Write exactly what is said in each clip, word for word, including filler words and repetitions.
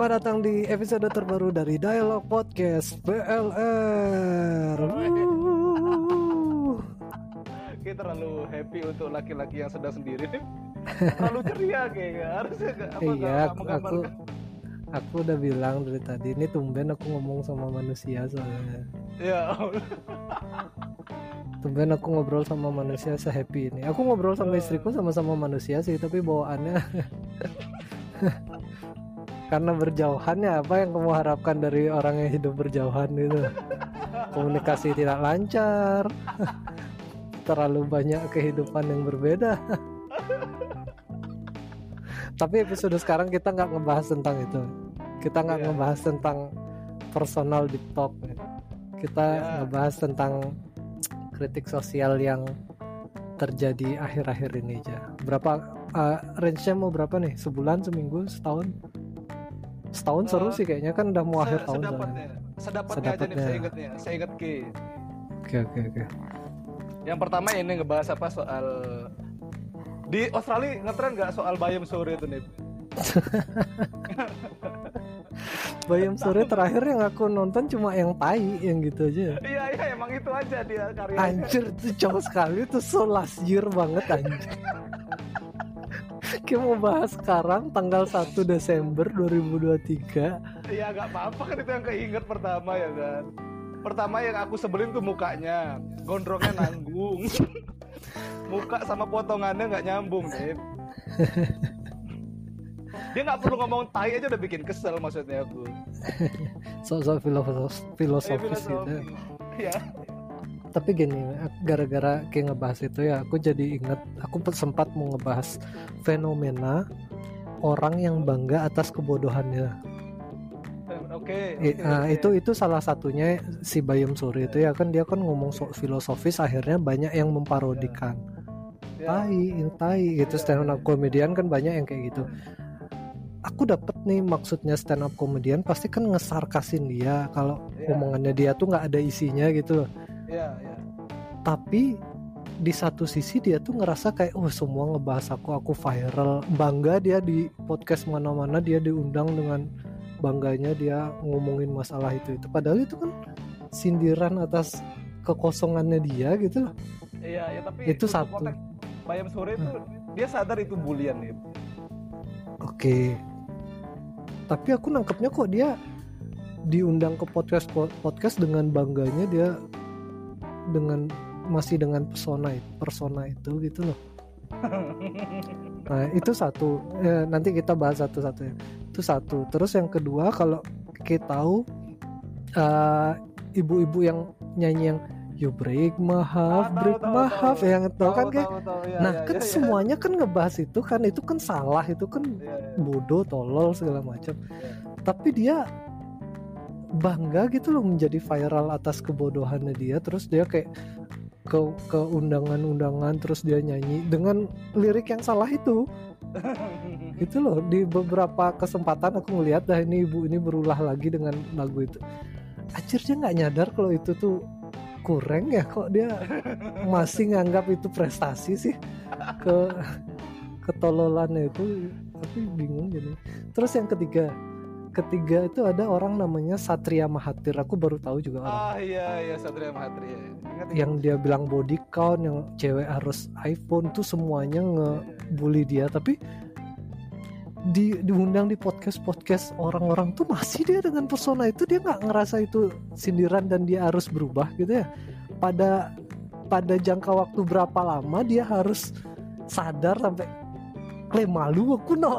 Selamat datang di episode terbaru dari Dialog Podcast B L R. Kita terlalu happy untuk laki-laki yang sedang sendiri. Terlalu ceria kayaknya. Harusnya gak, apa, Iya, gak aku, aku aku udah bilang dari tadi ini tumben aku ngomong sama manusia soalnya. Ya. Tumben aku ngobrol sama manusia se-happy ini. Aku ngobrol sama istriku sama-sama manusia sih, tapi bawaannya karena berjauhannya, apa yang kamu harapkan dari orang yang hidup berjauhan gitu? Komunikasi tidak lancar, terlalu banyak kehidupan yang berbeda. Tapi episode sekarang kita nggak ngebahas tentang itu. Kita nggak yeah. ngebahas tentang personal deep talk. Kita yeah. ngebahas tentang kritik sosial yang terjadi akhir-akhir ini aja. Berapa uh, range-nya mau berapa nih? Sebulan, seminggu, setahun? Setahun seru uh, sih kayaknya, kan udah mau se- akhir tahun. Sedapatnya, sedapatnya aja nih, saya ingatnya, saya ingat Ki. Oke oke oke. Yang pertama ini ngebahas apa soal di Australia ngetren nggak soal bayam sore itu nih? Bayam sore terakhir yang aku nonton cuma yang tai yang gitu aja. Iya iya emang itu aja dia karyanya. Anjir tuh jauh sekali tuh, so last year banget anjir. Kita mau bahas sekarang tanggal satu Desember dua ribu dua puluh tiga. Iya gak apa-apa kan, itu yang keinget pertama ya kan. Pertama yang aku sebelin tuh mukanya, gondrongnya nanggung. Muka sama potongannya gak nyambung nih. Dia gak perlu ngomong tai aja udah bikin kesel maksudnya aku. So-so filosof, filosofis eh, gitu. Iya. Tapi gini, gara-gara kayak ngebahas itu ya, aku jadi ingat, aku sempat mau ngebahas fenomena orang yang bangga atas kebodohannya. Oke. Okay, okay, nah, okay. itu itu salah satunya si Bayam Suri itu ya kan, dia kan ngomong so filosofis, akhirnya banyak yang memparodikan. Yeah. Tai, yang tai gitu, yeah, stand up yeah. comedian kan banyak yang kayak gitu. Aku dapet nih maksudnya stand up comedian pasti kan ngesarkasin dia kalau yeah. omongannya dia tuh nggak ada isinya gitu. Iya, iya. Tapi di satu sisi dia tuh ngerasa kayak oh semua ngebahas aku, aku viral, bangga dia di podcast mana-mana dia diundang dengan bangganya dia ngomongin masalah itu itu. Padahal itu kan sindiran atas kekosongannya dia gitu loh. Iya, ya tapi itu satu. Bayam Sore itu hmm. dia sadar itu bulian nih. Oke. Tapi aku nangkepnya kok dia diundang ke podcast podcast dengan bangganya dia, dengan masih dengan persona persona itu gitu loh. Nah itu satu ya, nanti kita bahas satu-satu ya. Itu satu. Terus yang kedua, kalau kita tahu uh, ibu-ibu yang nyanyi yang you break my heart, ah, break tahu, my heart yang tahu kan kayak. Ya, nah ya, kan ya, semuanya ya. Kan ngebahas itu kan, itu kan salah, itu kan ya, ya. bodoh, tolol segala macam. Ya. Tapi dia bangga gitu loh menjadi viral atas kebodohannya dia, terus dia kayak ke ke undangan-undangan, terus dia nyanyi dengan lirik yang salah itu. Gitu loh, di beberapa kesempatan aku ngeliat dah ini ibu ini berulah lagi dengan lagu itu. Anjir, dia nggak nyadar kalau itu tuh kurang ya, kok dia masih nganggap itu prestasi sih, ke ketololannya itu. Tapi bingung gini. Terus yang ketiga Ketiga itu ada orang namanya Satria Mahathir. Aku baru tahu juga orang. Ah iya iya Satria Mahathir ya. Ingat, yang ingat. Dia bilang body count, yang cewek harus iPhone tuh semuanya ngebully dia. Tapi di diundang di podcast-podcast orang-orang tuh masih dia dengan persona itu, dia nggak ngerasa itu sindiran dan dia harus berubah gitu ya. Pada pada jangka waktu berapa lama dia harus sadar sampai klaim malu aku no.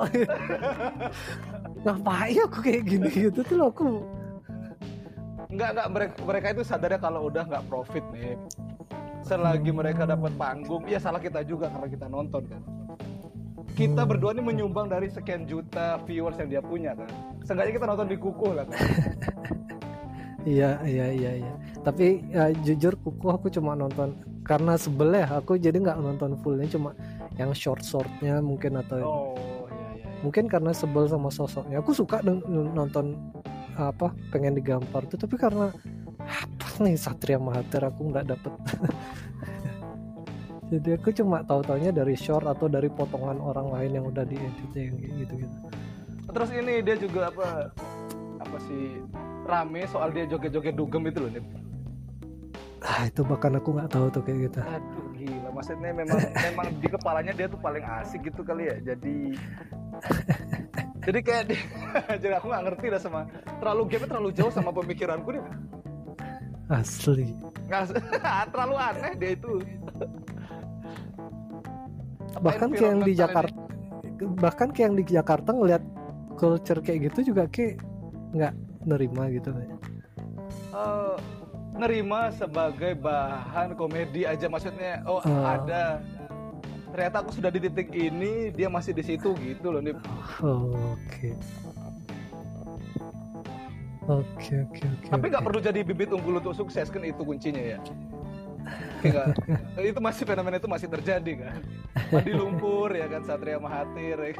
Ngapain aku kayak gini gitu tuh loh aku. Enggak enggak mereka mereka itu sadarnya kalau udah nggak profit nih. Selagi hmm. mereka dapat panggung, ya salah kita juga karena kita nonton kan. Kita hmm. berdua ini menyumbang dari sekian juta viewers yang dia punya kan. Seenggaknya kita nonton di Kukuh lah kan. Iya iya iya iya. Tapi ya, jujur Kukuh aku cuma nonton karena sebel ya. Aku jadi nggak nonton fullnya, cuma yang short-shortnya mungkin atau. Oh. Mungkin karena sebel sama sosoknya. Aku suka deng- nonton apa pengen digampar tuh, tapi karena apa nih Satria Mahathir aku nggak dapet. Jadi aku cuma tahu-taunya dari short atau dari potongan orang lain yang udah diedit yang gitu-gitu. Terus ini dia juga apa apa sih rame soal dia joget-joget dugem itu loh nih. Ah itu bahkan aku nggak tahu tuh kayak gitu. Aduh gila, maksudnya memang memang di kepalanya dia tuh paling asik gitu kali ya. Jadi jadi kayak dia, jadi aku nggak ngerti dah sama terlalu game terlalu jauh sama pemikiranku nih. Asli. Nggak, terlalu aneh dia itu. Bahkan kayak yang di Jakarta, bahkan kayak yang di Jakarta ngelihat culture kayak gitu juga kayak nggak nerima gitu. Uh, nerima sebagai bahan komedi aja, maksudnya oh uh. ada ternyata aku sudah di titik ini dia masih di situ gitu loh nih. Oke oke oke oke tapi nggak perlu jadi bibit unggul untuk sukses kan, itu kuncinya ya. Enggak, itu masih fenomena itu masih terjadi kan, mandi lumpur ya kan, Satria Mahathir ya.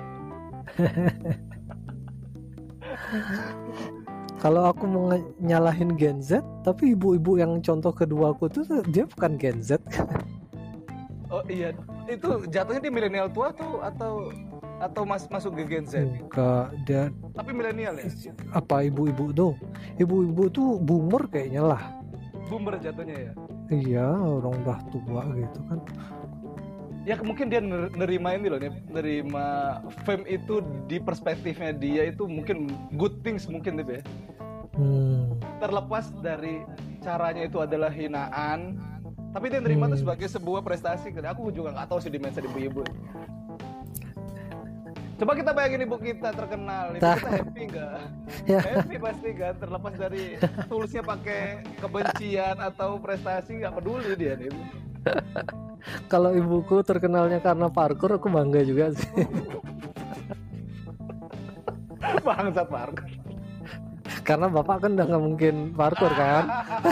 Kalau aku mau nyalahin Gen Z, tapi ibu-ibu yang contoh kedua aku tuh dia bukan Gen Z. Oh iya, itu jatuhnya di milenial tua tuh atau atau mas masuk ke Gen Z? Enggak, dia. Tapi milenial ya? Apa ibu-ibu tuh? Ibu-ibu tuh boomer kayaknya lah. Boomer jatuhnya ya? Iya, orang udah tua gitu kan. Ya mungkin dia nerima ini loh, nerima fame itu di perspektifnya dia itu mungkin good things mungkin gitu ya. Hmm. Terlepas dari caranya itu adalah hinaan, tapi dia nerima itu hmm. sebagai sebuah prestasi. Aku juga nggak tahu sih di mindset ibu-ibu. Coba kita bayangin ibu kita terkenal, ibu kita happy nggak? Ya. Happy pasti kan, terlepas dari tulisnya pakai kebencian atau prestasi, nggak peduli dia nih. Kalau ibuku terkenalnya karena parkour, aku bangga juga sih. Bangsat parkour. Karena bapak kan udah nggak mungkin parkour kan.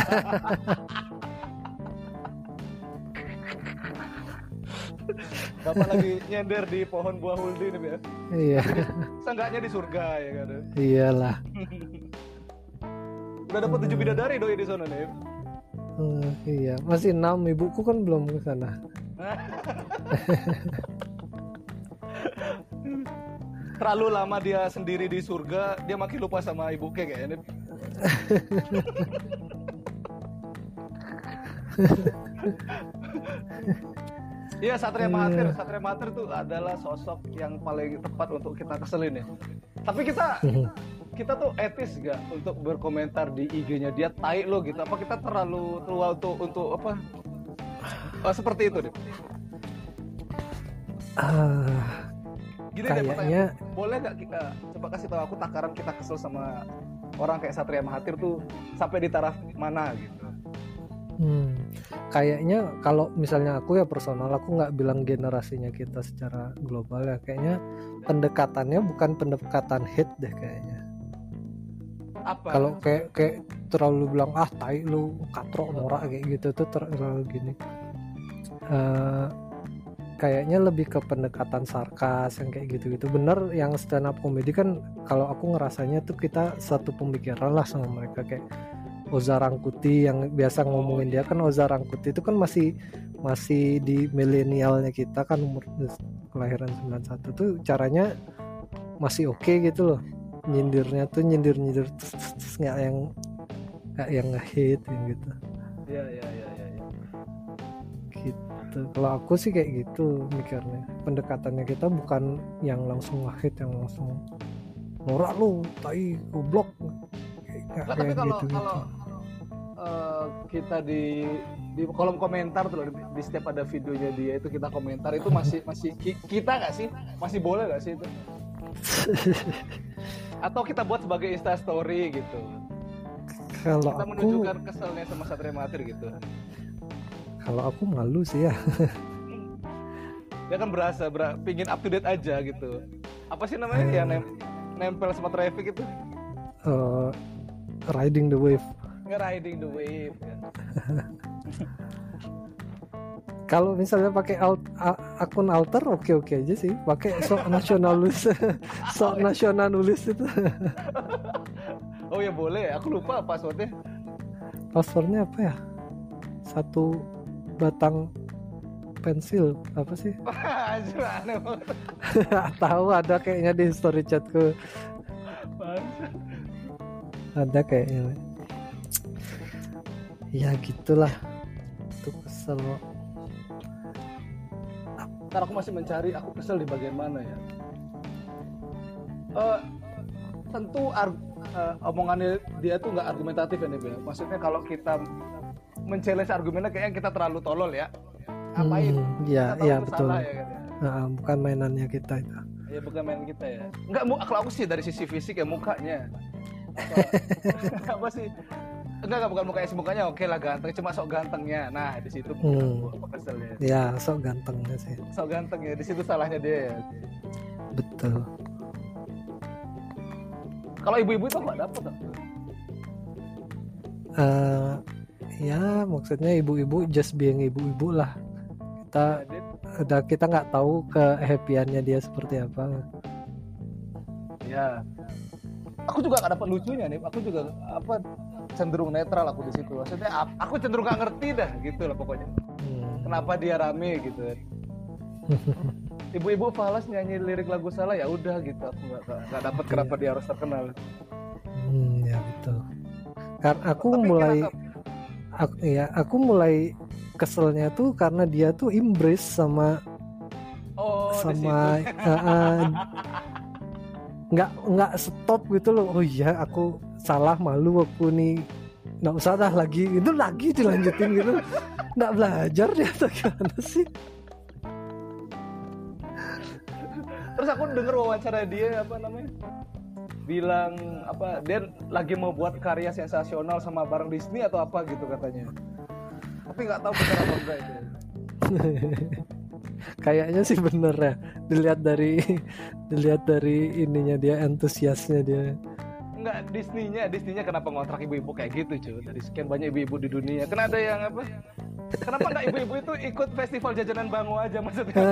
Bapak lagi nyender di pohon buah huldi nih ya. Iya. Seenggaknya di surga ya kan. Iyalah. Udah dapat tujuh bidadari doi di sana nih. Hmm, iya, masih enam, ibuku kan belum ke sana. Terlalu lama dia sendiri di surga, dia makin lupa sama ibu kayaknya. Iya, Satria Mahathir, Satria Mahathir itu adalah sosok yang paling tepat untuk kita keselin ya. Tapi kita kita tuh etis gak untuk berkomentar di I G-nya dia, tai lo gitu, apa kita terlalu tua untuk untuk apa oh, seperti itu deh. Uh, Gini kayaknya deh, boleh gak kita coba kasih tahu aku takaran kita kesel sama orang kayak Satria Mahathir tuh sampai di taraf mana gitu. Hmm, kayaknya kalau misalnya aku ya personal, aku nggak bilang generasinya kita secara global ya, kayaknya pendekatannya bukan pendekatan hate deh kayaknya. Apa? Kalau kayak kayak terlalu bilang ah tai lu katrok norak kayak gitu tuh terlalu gini. Uh, kayaknya lebih ke pendekatan sarkas yang kayak gitu-gitu. Bener yang stand up comedy kan kalau aku ngerasanya tuh kita satu pemikiran lah sama mereka. Kayak Oza Rangkuti yang biasa ngomongin dia kan, Oza Rangkuti itu kan masih masih di milenialnya kita kan, umur kelahiran sembilan puluh satu tuh caranya masih oke okay gitu loh. Nyindirnya tuh nyindir-nyindir nggak yang nggak yang nge-hate yang gitu. Iya iya iya iya. Gitu. Kalau aku sih kayak gitu mikirnya. Pendekatannya kita bukan yang langsung nge-hate, yang langsung norak lu, tai, goblok. Nah, tapi kalau gitu, kalau gitu. Uh, kita di di kolom komentar tuh di, di setiap ada videonya dia itu kita komentar itu masih masih kita nggak sih, masih boleh nggak sih itu? Atau kita buat sebagai Insta story gitu. Kalau kita aku menunjukkan keselnya sama Satria Mahathir gitu. Kalau aku malu sih ya. Dia kan berasa ber- pingin up to date aja gitu. Apa sih namanya uh, yang nem- nempel sama traffic itu? Uh, riding the wave. Nge-riding the wave kan. Kalau misalnya pakai alt, a, akun alter oke-oke aja sih. Pakai sok nasionalis, sok nasionalis itu. Oh ya boleh, aku lupa passwordnya. Passwordnya apa ya? Satu batang pensil apa sih? Anjir aneh banget. Tahu ada kayaknya di story chatku. Ada kayaknya. Ya gitulah. Tuh kesel. Ntar aku masih mencari aku kesel di bagian mana ya. Uh, tentu arg- uh, omongannya dia tuh nggak argumentatif ya nih ya. Maksudnya kalau kita men-challenge argumennya kayaknya kita terlalu tolol ya. Ngapain? Hmm, ya, iya betul. Salah, ya, kan, ya? Nah, bukan mainannya kita itu. Ya bukan main kita ya. Enggak, kalau aku sih dari sisi fisik ya mukanya. Apa, apa sih? Enggak, enggak bukan mukanya sih, mukanya oke lah ganteng, cuma sok gantengnya. Nah, di situ hmm. aku kesel ya. Ya, sok gantengnya sih. Sok ganteng ya, di situ salahnya dia ya. Betul. Kalau ibu-ibu itu enggak dapat tuh. Uh, ya, maksudnya ibu-ibu just being ibu-ibu lah. Kita udah kita nggak tahu kehappyannya dia seperti apa. Ya. Aku juga nggak dapat lucunya nih. Aku juga apa cenderung netral aku di situ. Maksudnya aku cenderung nggak ngerti dah gitu lah pokoknya. Hmm. Kenapa dia rame gitu? Ibu-ibu falas nyanyi lirik lagu salah ya udah gitu. Aku nggak nggak dapat kenapa dia harus terkenal. Hmm, ya betul. Karena aku Tapi mulai, aku, ya aku mulai keselnya tuh karena dia tuh embrace sama oh, sama nggak uh, nggak stop gitu loh. Oh iya aku salah, malu aku nih, nggak usah dah lagi itu lagi dilanjutin gitu. Nggak belajar dia atau gimana sih? Terus aku denger wawancara dia apa namanya bilang apa dia lagi mau buat karya sensasional sama bareng Disney atau apa gitu katanya. Tapi nggak tahu benar apa enggak itu. Kayaknya sih bener ya. Dilihat dari dilihat dari ininya dia, antusiasnya dia. Enggak, Disney-nya, Disney-nya kenapa ngontrak ibu-ibu kayak gitu, cuy? Dari sekian banyak ibu-ibu di dunia. Kan ada yang apa? Kenapa enggak ibu-ibu itu ikut festival jajanan Bango aja maksudnya?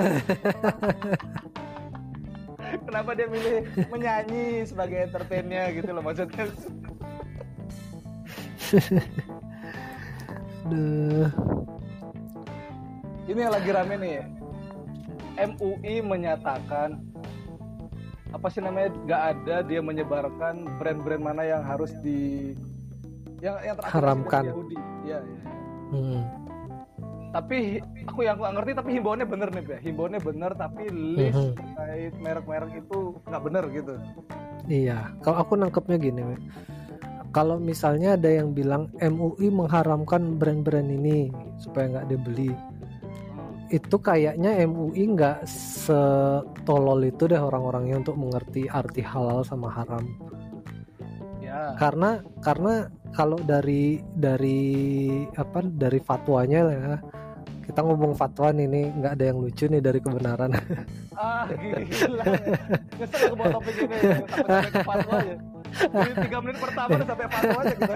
Kenapa dia milih menyanyi sebagai entertainnya gitu loh maksudnya? Duh. Ini yang lagi rame nih. M U I menyatakan apa sih namanya? Gak ada dia menyebarkan brand-brand mana yang harus di yang yang haramkan. Yahudi. Ya, ya. Hmm. Tapi aku yang aku gak ngerti, tapi himbauannya bener nih, ya. Himbauannya bener, tapi list hmm. terkait merek-merek itu nggak bener gitu. Iya, kalau aku nangkepnya gini, we. Kalau misalnya ada yang bilang M U I mengharamkan brand-brand ini supaya nggak dibeli, hmm. itu kayaknya M U I nggak setolol itu deh orang-orangnya untuk mengerti arti halal sama haram. Ya. Karena karena kalau dari dari apa dari fatwanya ya, kita ngomong fatwa nih, nih nggak ada yang lucu nih dari kebenaran. Ah gila, nyesel aku bawa topik ini sampai ke fatwa aja. Jadi tiga menit pertama udah sampai fatwa aja gitu.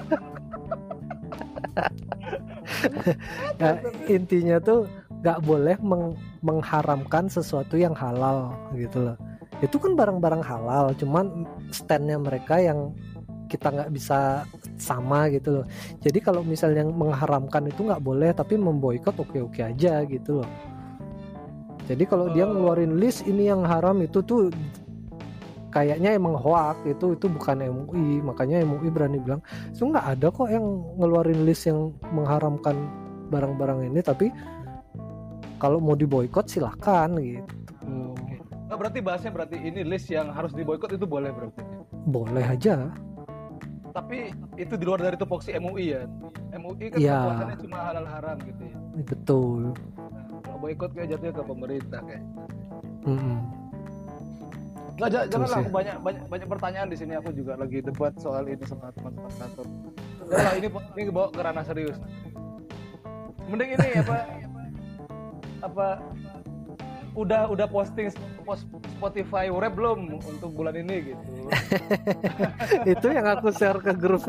Nah, intinya tuh nggak boleh meng- mengharamkan sesuatu yang halal gitu loh. Itu kan barang-barang halal, cuman standnya mereka yang kita nggak bisa sama gitu loh. Jadi kalau misalnya mengharamkan itu nggak boleh, tapi memboikot oke-oke aja gitu loh. Jadi kalau uh. dia ngeluarin list ini yang haram, itu tuh kayaknya emang hoak, itu itu bukan M U I. Makanya M U I berani bilang, itu nggak ada kok yang ngeluarin list yang mengharamkan barang-barang ini, tapi kalau mau diboikot silakan gitu. Hmm. Nah, berarti bahasnya berarti ini list yang harus diboikot itu boleh berarti? Boleh aja. Tapi itu di luar dari tupoksi M U I ya. M U I kan ya. Kekuatannya cuma halal haram gitu ya. Betul. Nah, kalau boikot kayak jatuhnya ke pemerintah kayak. Mm-hmm. Nggak, j- janganlah aku banyak banyak banyak pertanyaan di sini, aku juga lagi debat soal ini sama teman-teman kantor. Janganlah ini ini bawa ke ranah serius. Mending ini apa apa udah udah posting post Spotify rap belum untuk bulan ini gitu. Itu yang aku share ke grup.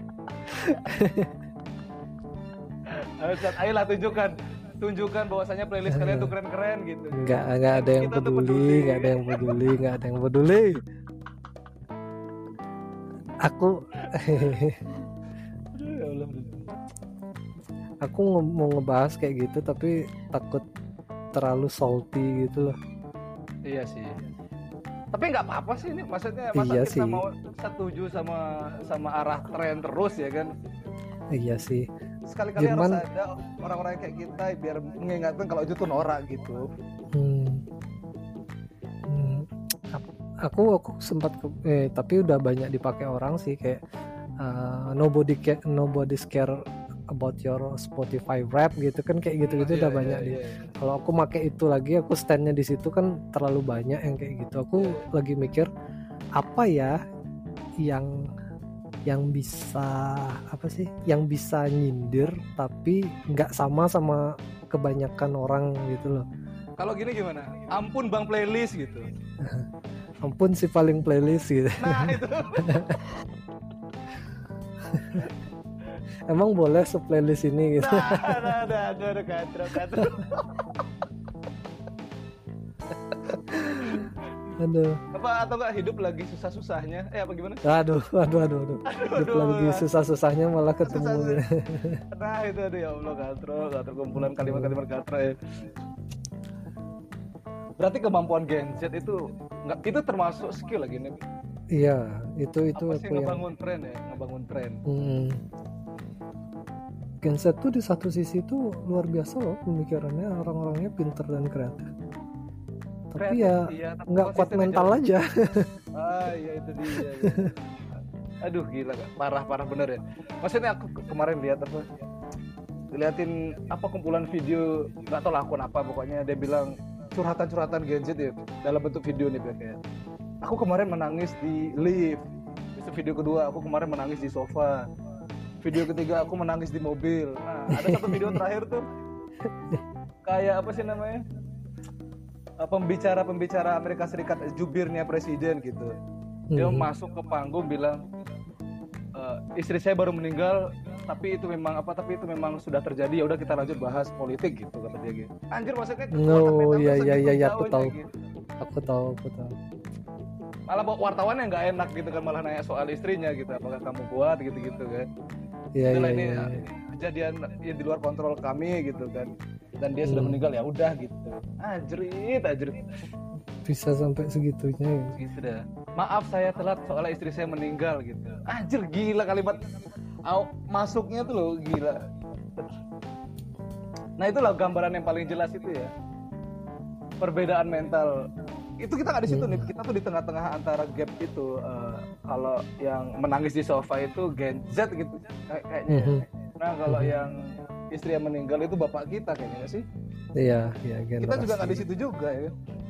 Ayolah tunjukkan tunjukkan bahwasanya playlist kalian tuh keren-keren gitu. Enggak enggak ada yang peduli, enggak ada yang peduli, enggak ada yang peduli. Aku aku mau ngebahas kayak gitu tapi takut terlalu salty gitu loh. Iya sih. Tapi nggak apa-apa sih ini, maksudnya masa Iya kita sih. mau setuju sama sama arah tren terus ya kan? Iya sih. Sekali-kali Cuman harus ada orang-orang kayak kita biar mengingatkan kalau itu tuh norak gitu. hmm, hmm, aku aku sempat ke, eh tapi udah banyak dipakai orang sih kayak uh, nobody care, nobody care about your Spotify rap gitu kan, kayak gitu-gitu Iya, udah iya, banyak iya, di. iya. Kalau aku pakai itu lagi, aku standnya di situ kan terlalu banyak yang kayak gitu. Aku Iya. lagi mikir apa ya yang yang bisa apa sih yang bisa nyindir tapi nggak sama sama kebanyakan orang gitu loh. Kalau gini gimana? Ampun bang playlist gitu. Ampun si paling playlist gitu. Nah itu. Emang boleh se-playlist ini gitu. Nah, nah, nah, nah, nah, katro, katro. Aduh, Apa atau enggak hidup lagi susah-susahnya? Eh apa gimana? aduh, aduh, aduh, aduh. Hidup aduh, lagi lah. susah-susahnya malah ketemu. Susah- gitu. Nah itu aduh ya Allah katro, katro kumpulan kalimat-kalimat katro ya. Berarti kemampuan Gen Z itu nggak itu termasuk skill lagi nih. Iya, itu itu Apa sih aku yang. ngebangun tren ya, ngebangun tren. Hmm. Gen Z tuh di satu sisi tuh luar biasa loh pemikirannya, orang-orangnya pinter dan kreatif. Tapi Kreatif, ya iya, tapi nggak kuat konsistennya mental jauh. aja. Ah iya itu dia. Ya. Aduh gila Kak. parah parah bener ya. Maksudnya aku ke- kemarin lihat apa? Liatin apa kumpulan video nggak tahu lah akun apa pokoknya dia bilang curhatan-curhatan Gen Z ya dalam bentuk video nih kayak. Aku kemarin menangis di lift. Itu video kedua aku kemarin menangis di sofa. Video ketiga aku menangis di mobil. Nah ada satu video terakhir tuh kayak apa sih namanya? Eh, Pembicara-pembicara Amerika Serikat jubirnya presiden gitu. Dia Hmm. masuk ke panggung bilang "Eh, istri saya baru meninggal tapi itu memang apa tapi itu memang sudah terjadi, ya udah kita lanjut bahas politik gitu kata dia gitu. Anjir maksudnya kekuatan No, mental tuh iya, iya, segitu iya, iya, aku jauhnya tahu. gitu. Aku tahu, aku tahu. Malah bawa wartawan yang nggak enak gitu kan, malah nanya soal istrinya gitu, apakah kamu kuat gitu-gitu kan. Iya, Itulah iya, ini iya. eh, kejadian yang di luar kontrol kami gitu kan. Dan dia sudah Hmm. meninggal ya udah gitu. Anjrit, anjrit. Bisa sampai segitunya ya. Gitu dah. Maaf saya telat soalnya istri saya meninggal gitu. Anjir gila kalimat Au, masuknya tuh loh gila. Nah itulah gambaran yang paling jelas itu ya. Perbedaan mental. Itu kita nggak di situ Hmm. nih. Kita tuh di tengah-tengah antara gap itu. Eh, kalau yang menangis di sofa itu Gen Z gitu kayak- kayaknya. Mhm. Nah kalau Mhm. yang istri yang meninggal itu bapak kita kayaknya nggak sih. Iya, iya, generasi. Kita juga nggak di situ juga ya.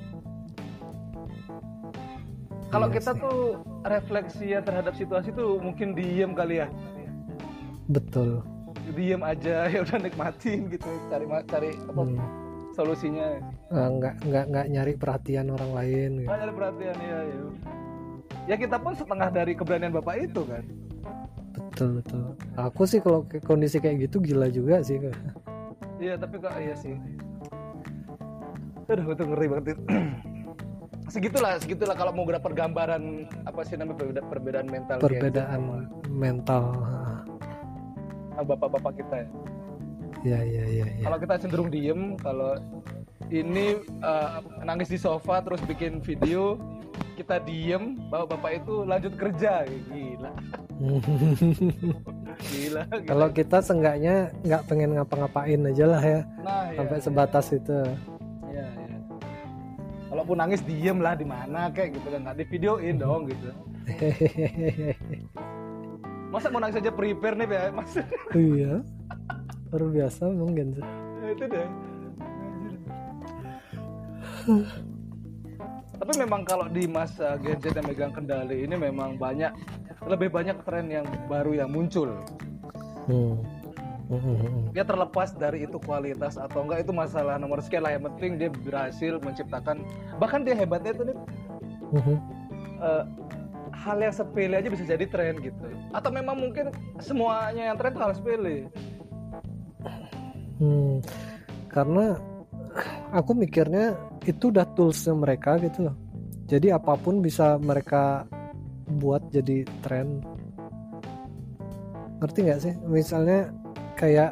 Kalau Iya kita sih. tuh refleksi ya terhadap situasi tuh mungkin diem kali ya. Betul. Diem aja ya udah nikmatin gitu, cari ma- cari apa Hmm. solusinya. Ah, nggak nggak nggak nyari perhatian orang lain gitu. Nggak cari perhatian ya, ya. Ya kita pun setengah dari keberanian bapak itu kan. Betul, betul. Aku sih kalau ke- kondisi kayak gitu gila juga sih. Iya tapi kok iya sih. Aduh itu ngeri banget. itu. segitulah segitulah kalau mau dapat gambaran apa sih namanya perbedaan, perbedaan mental Gen Z Perbedaan mental. sama bapak-bapak kita ya. Ya, ya, ya, ya. Kalau kita cenderung diem, kalau ini eh, nangis di sofa terus bikin video, kita diem, bawa bapak itu lanjut kerja, gila, gila. gila. Kalau kita seenggaknya nggak pengen ngapa-ngapain aja lah ya, nah, sampai ya, sebatas itu. ya, ya. Kalaupun nangis diem lah di mana kayak gitu kan, nggak di videoin dong gitu. Masa mau nangis aja prepare nih ya, mas? Iya, luar biasa memang Gen Z. Itu deh. Tapi memang kalau di masa Gen Z yang megang kendali ini memang banyak, lebih banyak tren yang baru yang muncul. Hmm. Hmm, hmm, hmm. Dia terlepas dari itu kualitas atau enggak, itu masalah nomor sekian lah. Yang penting dia berhasil menciptakan, bahkan dia hebatnya itu nih Hmm. eh, hal yang sepele aja bisa jadi tren gitu. Atau memang mungkin semuanya yang tren itu hal sepele. Hmm. Karena aku mikirnya itu udah toolsnya mereka gitu loh. Jadi apapun bisa mereka buat jadi tren. Ngerti nggak sih? Misalnya kayak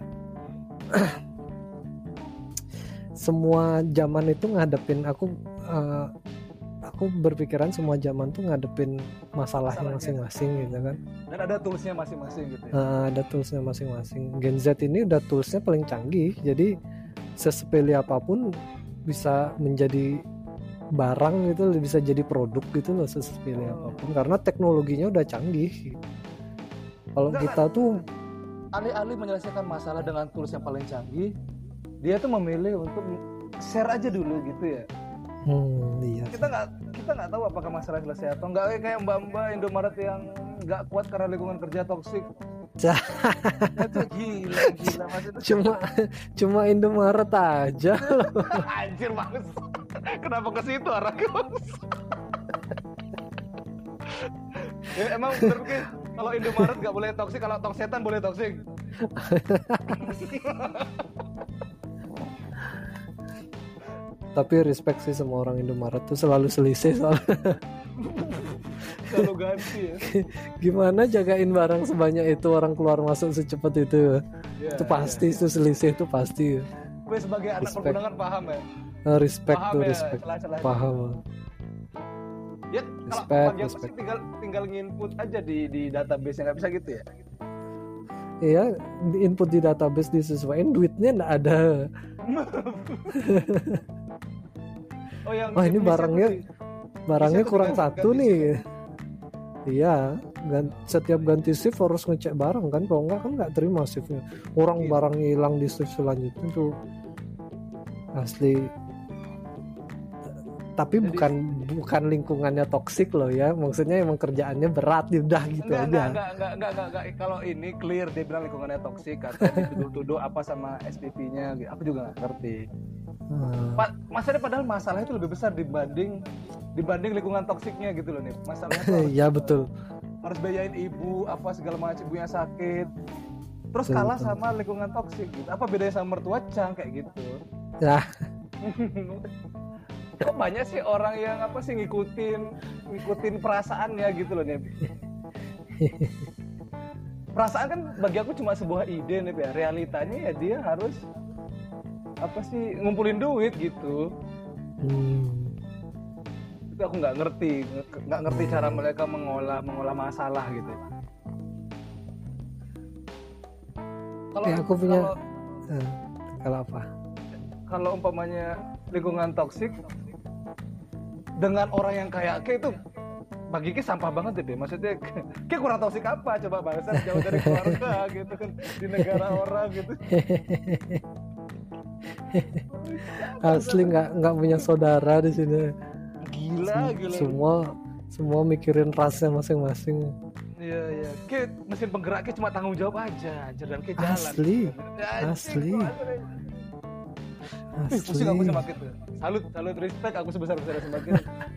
semua zaman itu ngadepin aku. eh, aku aku berpikiran semua zaman tuh ngadepin masalahnya Masalahnya. masing-masing gitu kan. Dan ada toolsnya masing-masing gitu ya. Nah, ada toolsnya masing-masing. Gen Z ini udah toolsnya paling canggih, jadi sesepele apapun bisa menjadi barang gitu, bisa jadi produk gitu loh, sesepele Oh. apapun karena teknologinya udah canggih. Kalau Enggak, kita tuh Alih-alih menyelesaikan masalah dengan tools yang paling canggih, dia tuh memilih untuk share aja dulu gitu ya. hmm, iya Kita nggak kita nggak tahu apakah masalah selesai atau enggak. Kayak mbak-mbak Indomaret yang nggak kuat karena lingkungan kerja toksik. Cah. Itu gila gila maksudnya. cuma cuma Indomaret aja loh. Anjir banget. Kenapa ke situ arahnya? Ya, emang berpikir kalau Indomaret nggak boleh toksik, kalau toksetan boleh toksik. Tapi respect sih sama orang Indomaret tuh selalu selisih soalnya. Kalau ganti ya. Gimana jagain barang sebanyak itu, orang keluar masuk secepat itu. Ya, Itu pasti itu selisih itu pasti. Gue sebagai anak Respect. pergunungan paham ya. Eh, Respect Paham tuh ya, respect. celah-celah. Paham. Ya, kalau Respect, bagi aku sih respect. tinggal tinggal nginput aja di di database, nggak bisa gitu ya. Iya, di input di database disesuaikan, duitnya nggak ada. Oh, yang Wah, ini bisa barangnya tuh di- barangnya tuh kurang diganti- satu ganti nih. Iya, gan- setiap ganti shift harus ngecek barang kan, kalau enggak kan nggak terima shiftnya. Orang Iya. barangnya hilang di shift selanjutnya tuh asli. Tapi Jadi- bukan bukan lingkungannya toksik loh ya, maksudnya emang kerjaannya berat, ya udah gitu Enggak, aja. enggak, enggak, enggak, enggak, enggak, enggak. Kalau ini clear dia bilang lingkungannya toksik, katanya dituduh-tuduh apa sama S P P-nya, gitu. Aku juga nggak ngerti. Hmm. Pa- masalahnya padahal masalahnya itu lebih besar dibanding dibanding lingkungan toksiknya gitu loh nih. Masalahnya tuh harus, Ya betul. harus bayain ibu apa segala macam, ibunya sakit. Terus Betul, kalah betul. sama lingkungan toksik gitu. Apa bedanya sama mertua Cang kayak gitu? Ya, Kok banyak sih orang yang apa sih ngikutin ngikutin perasaannya gitu loh nih. Perasaan kan bagi aku cuma sebuah ide nih ya. Realitanya ya dia harus apa sih ngumpulin duit gitu. hmm. Itu aku nggak ngerti, nggak ngerti cara mereka mengolah mengolah masalah gitu. Kalau Ya, aku punya- kalau, Eh, kalau apa? kalau umpamanya lingkungan toksik dengan orang yang kayak Ke itu bagi Ke sampah banget deh. Maksudnya Ke kurang toksik apa? Coba bangsa jauh dari keluarga gitu kan di negara orang gitu. Asli nggak nggak punya saudara di sini. Gila gila. Semua semua mikirin rasnya masing-masing. Iya iya. Ke mesin penggeraknya cuma tanggung jawab aja, anjir, dan Ke jalan. Asli, Anjing, asli. gua asli. Ih, pusing aku Asli. semakin tuh. Salut, salut, respect aku sebesar-besarnya semakin.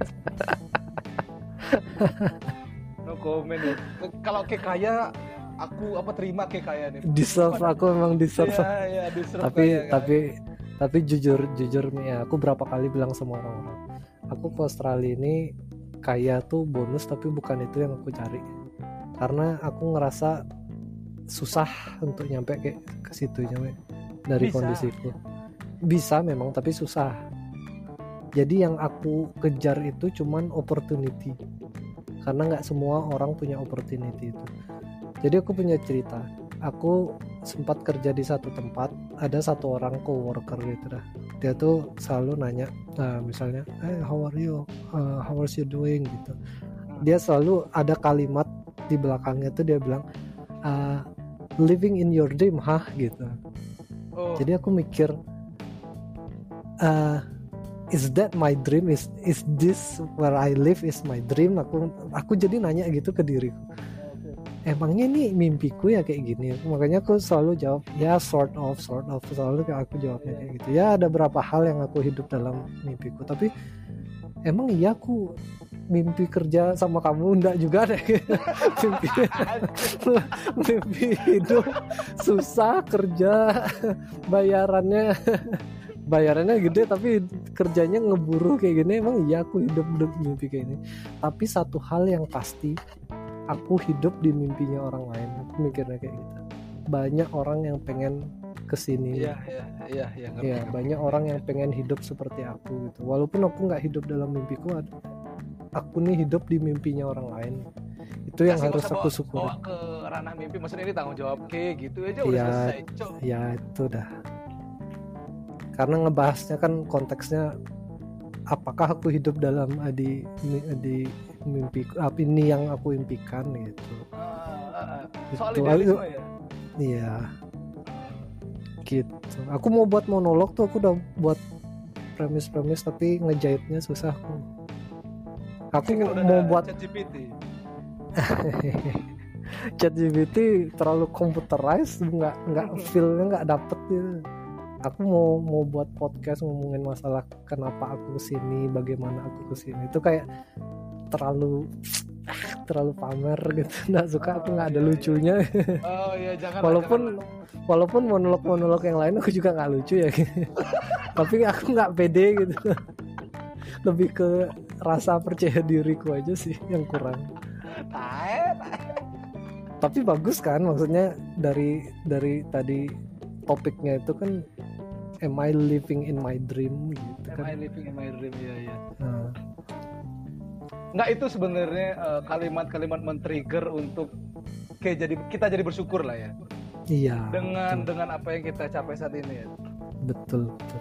No comment ya. Kalau Ke kaya, aku apa terima Ke kaya nih. Deserve, aku memang deserve. Iya, iya, deserve tapi kaya, kan. tapi tapi jujur jujur nih ya, aku berapa kali bilang sama orang-orang, aku ke Australia ini kaya tuh bonus, tapi bukan itu yang aku cari. Karena aku ngerasa susah untuk nyampe ke ke situnya we, dari Bisa. kondisiku. Bisa memang, tapi susah. Jadi yang aku kejar itu cuman opportunity, karena nggak semua orang punya opportunity itu. Jadi aku punya cerita. Aku sempat kerja di satu tempat, ada satu orang coworker gitu dah. Dia tuh selalu nanya, nah, misalnya, hey, how are you, uh, how are you doing gitu. Dia selalu ada kalimat di belakangnya tuh dia bilang, uh, living in your dream, hah gitu. Oh, Jadi aku mikir, uh, is that my dream? Is is this where I live is my dream? Aku aku jadi nanya gitu ke diriku. Emangnya ini mimpiku ya kayak gini? Makanya aku selalu jawab, ya sort of, sort of. Selalu aku jawabnya kayak gitu. Ya ada beberapa hal yang aku hidup dalam mimpiku. Tapi emang iya aku mimpi kerja sama kamu? Enggak juga deh. mimpi, mimpi hidup susah kerja, bayarannya bayarannya gede tapi kerjanya ngeburu kayak gini. Emang iya aku hidup hidup mimpi kayak ini. Tapi satu hal yang pasti, aku hidup di mimpinya orang lain. Aku mikirnya kayak gitu. Banyak orang yang pengen kesini. iya, iya, iya, iya, ngerti, Ya, ngerti. banyak orang yang pengen hidup seperti aku gitu. Walaupun aku nggak hidup dalam mimpiku, ada aku nih hidup di mimpinya orang lain. Itu yang Kasih harus masa aku bawa, syukuri. bawa ke ranah mimpi, maksudnya ini tanggung jawab kayak gitu aja udah Ya, selesai, Cok. ya itu dah. Karena ngebahasnya kan konteksnya apakah aku hidup dalam uh, di di mimpi apa ini yang aku impikan gitu. Ah, ah, ah. Soal Itu, idealisme itu- ya. Iya. Gitu. Aku mau buat monolog tuh aku udah buat premis-premis tapi ngejahitnya susah aku. Aku Kan udah mau ada buat ChatGPT. ChatGPT terlalu computerized, nggak nggak feel-nya nggak dapet gitu. Aku mau mau buat podcast ngomongin masalah kenapa aku kesini, bagaimana aku kesini. Itu kayak terlalu terlalu pamer gitu. Nggak suka, aku nggak ada Oh, iya, lucunya. Oh iya, jangan. Walaupun walaupun monolog-monolog yang lain aku juga nggak lucu ya. Tapi aku nggak pede gitu. Lebih ke rasa percaya diriku aja sih yang kurang. Tapi bagus kan, maksudnya dari dari tadi topiknya itu kan am I living in my dream gitu Am I kan. living in my dream? Iya, iya. Nah, Nggak, itu sebenarnya uh, kalimat-kalimat men-trigger untuk kayak jadi kita jadi bersyukur lah ya. iya. Dengan betul, dengan apa yang kita capai saat ini ya. betul betul.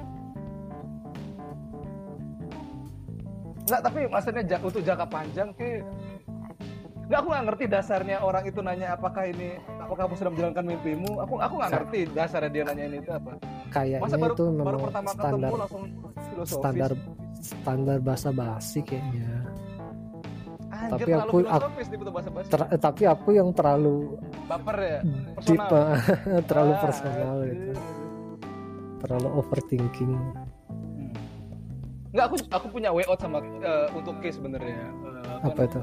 Nggak, tapi maksudnya ja- untuk jangka panjang kayak nggak, aku nggak ngerti dasarnya orang itu nanya apakah ini apakah kamu sedang menjalankan mimpimu. Aku aku nggak Sa- ngerti dasarnya dia nanya ini itu apa. Kayaknya Masa baru itu baru memang pertama standar ketemu langsung filosofis. standar standar bahasa basi kayaknya. Anjir, tapi terlalu aku- filosofis di bahasa bahasa. Ter- tapi aku yang terlalu Baper ya. deep, Personal. terlalu Ah, personal anjir. gitu, terlalu overthinking. Hmm. Nggak, aku aku punya way out sama eh, untuk case sebenarnya. Eh, Apa itu?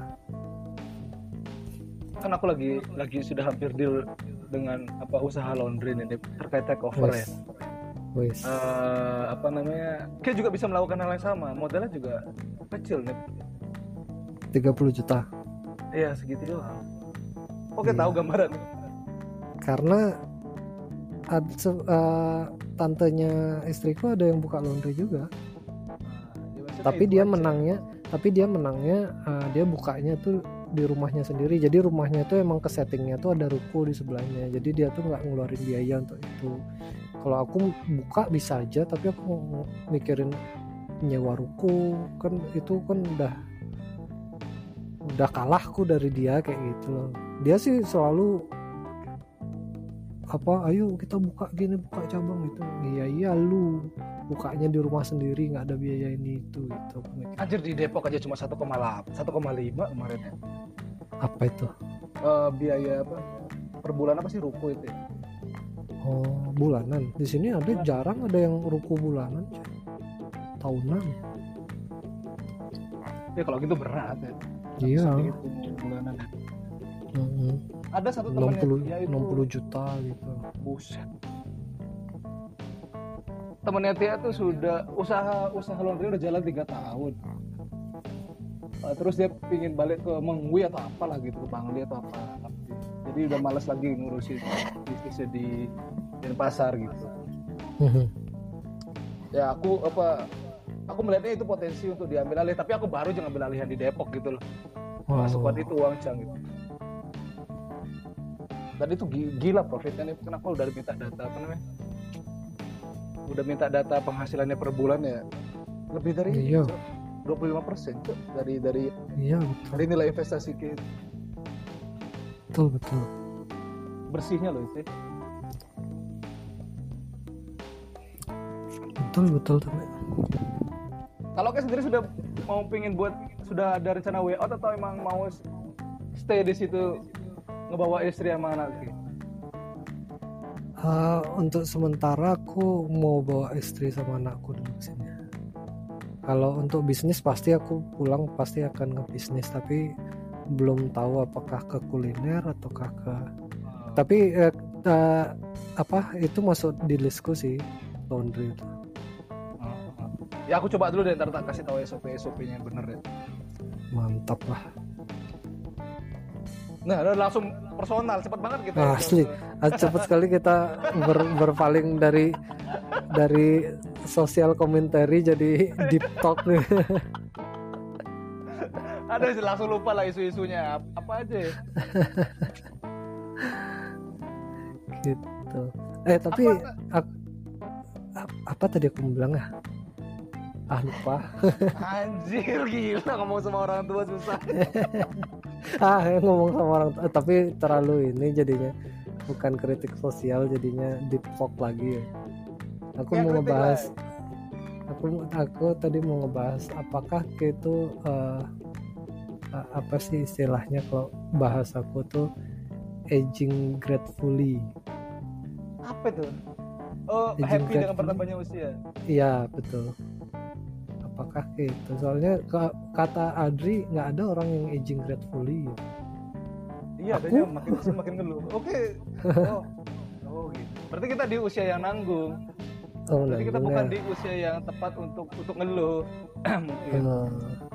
Kan aku lagi lagi sudah hampir deal dengan apa usaha laundry nih terkait takeover ya. Wes, wes. Eh, apa namanya? Kayak juga bisa melakukan hal yang sama. Modalnya juga kecil nih. tiga puluh juta. Iya, segitu doang. Oke, Iya. tahu gambaran. Karena ada se- eh, tantenya istriku ada yang buka laundry juga. Ya, maksudnya Tapi itu dia aja. menangnya, tapi dia menangnya eh, dia bukanya tuh di rumahnya sendiri. Jadi rumahnya tuh emang ke settingnya tuh ada ruko di sebelahnya. Jadi dia tuh nggak ngeluarin biaya untuk itu. Kalau aku buka bisa aja, tapi aku mau mikirin nyewa ruko kan itu kan udah udah kalahku dari dia kayak gitu loh. Dia sih selalu apa, ayo kita buka gini, buka cabang gitu. Iya iya lu bukanya di rumah sendiri nggak ada biaya ini itu gitu. Aku mikir, Anjir, di Depok aja cuma satu koma delapan, satu koma lima kemarin ya. apa itu? Eh, biaya apa? Per bulan apa sih ruko itu? Ya? Oh, bulanan. Di sini ada jarang ada yang ruko bulanan, coy. Tahunan. Ya kalau gitu berat ya. Iya. Segitu bulanan ya. Mm-hmm. Ada satu enam temannya puluh dia itu enam puluh juta gitu. buset. Temennya Tia tuh sudah usaha usaha laundry udah jalan tiga tahun. Uh, terus dia pingin balik ke Mengwi atau apalah gitu, ke Bangli atau apa. Jadi udah malas lagi ngurusin bisnisnya di Denpasar gitu. Mhm. Ya aku apa aku melihatnya itu potensi untuk diambil alih, tapi aku baru aja ngambil alihan di Depok gitu loh. Wow. Nggak sekuat itu uang cang gitu. Dan itu gi- gila profitnya nih. Kenapa udah minta data apa namanya? Udah minta data penghasilannya per bulan ya lebih dari Iya. dua puluh lima persen tuh dari dari Iya betul, dari nilai investasi kita. betul betul. Bersihnya loh itu. Betul betul tapi Kalau kayak sendiri sudah mau pingin buat sudah ada rencana way out atau emang mau stay di situ ngebawa istri sama anak gitu? Uh, untuk sementara aku mau bawa istri sama anakku dulu ke sini. Kalau untuk bisnis pasti aku pulang pasti akan ngebisnis, tapi belum tahu apakah ke kuliner ataukah ke. Tapi eh, eh, apa itu masuk di listku sih laundry itu. Ya aku coba dulu deh, ntar tak kasih tahu S O P S O P-nya yang bener deh. Mantap lah. Nah, udah langsung personal, cepet banget kita. Ah, asli, ah, cepat sekali kita ber, berpaling dari dari sosial commentary jadi deep talk nih. Ada langsung lupa lah isu-isunya apa aja ya. Gitu. Eh tapi Apa- ak- ap- apa tadi aku mau bilang ya? Ah lupa. Anjir gila ngomong sama orang tua susah. ah ngomong sama orang tua, tapi terlalu ini jadinya bukan kritik sosial, jadinya deep talk lagi ya. Aku Ya, mau kritik ngebahas lah. aku aku tadi mau ngebahas apakah itu eh, eh, apa sih istilahnya kalau bahas aku tuh aging gracefully. Apa tuh? Oh, Aging happy dengan gracefully. bertambahnya usia. Iya betul. Apakah gitu? Soalnya ke- kata Adri nggak ada orang yang aging gracefully. Iya, Aku? adanya makin kesini makin ngeluh. Oke. Oh. Oh gitu. Berarti kita di usia yang nanggung. Oh, Berarti kita nanggung bukan ya. di usia yang tepat untuk untuk ngeluh. Mungkin. Eh,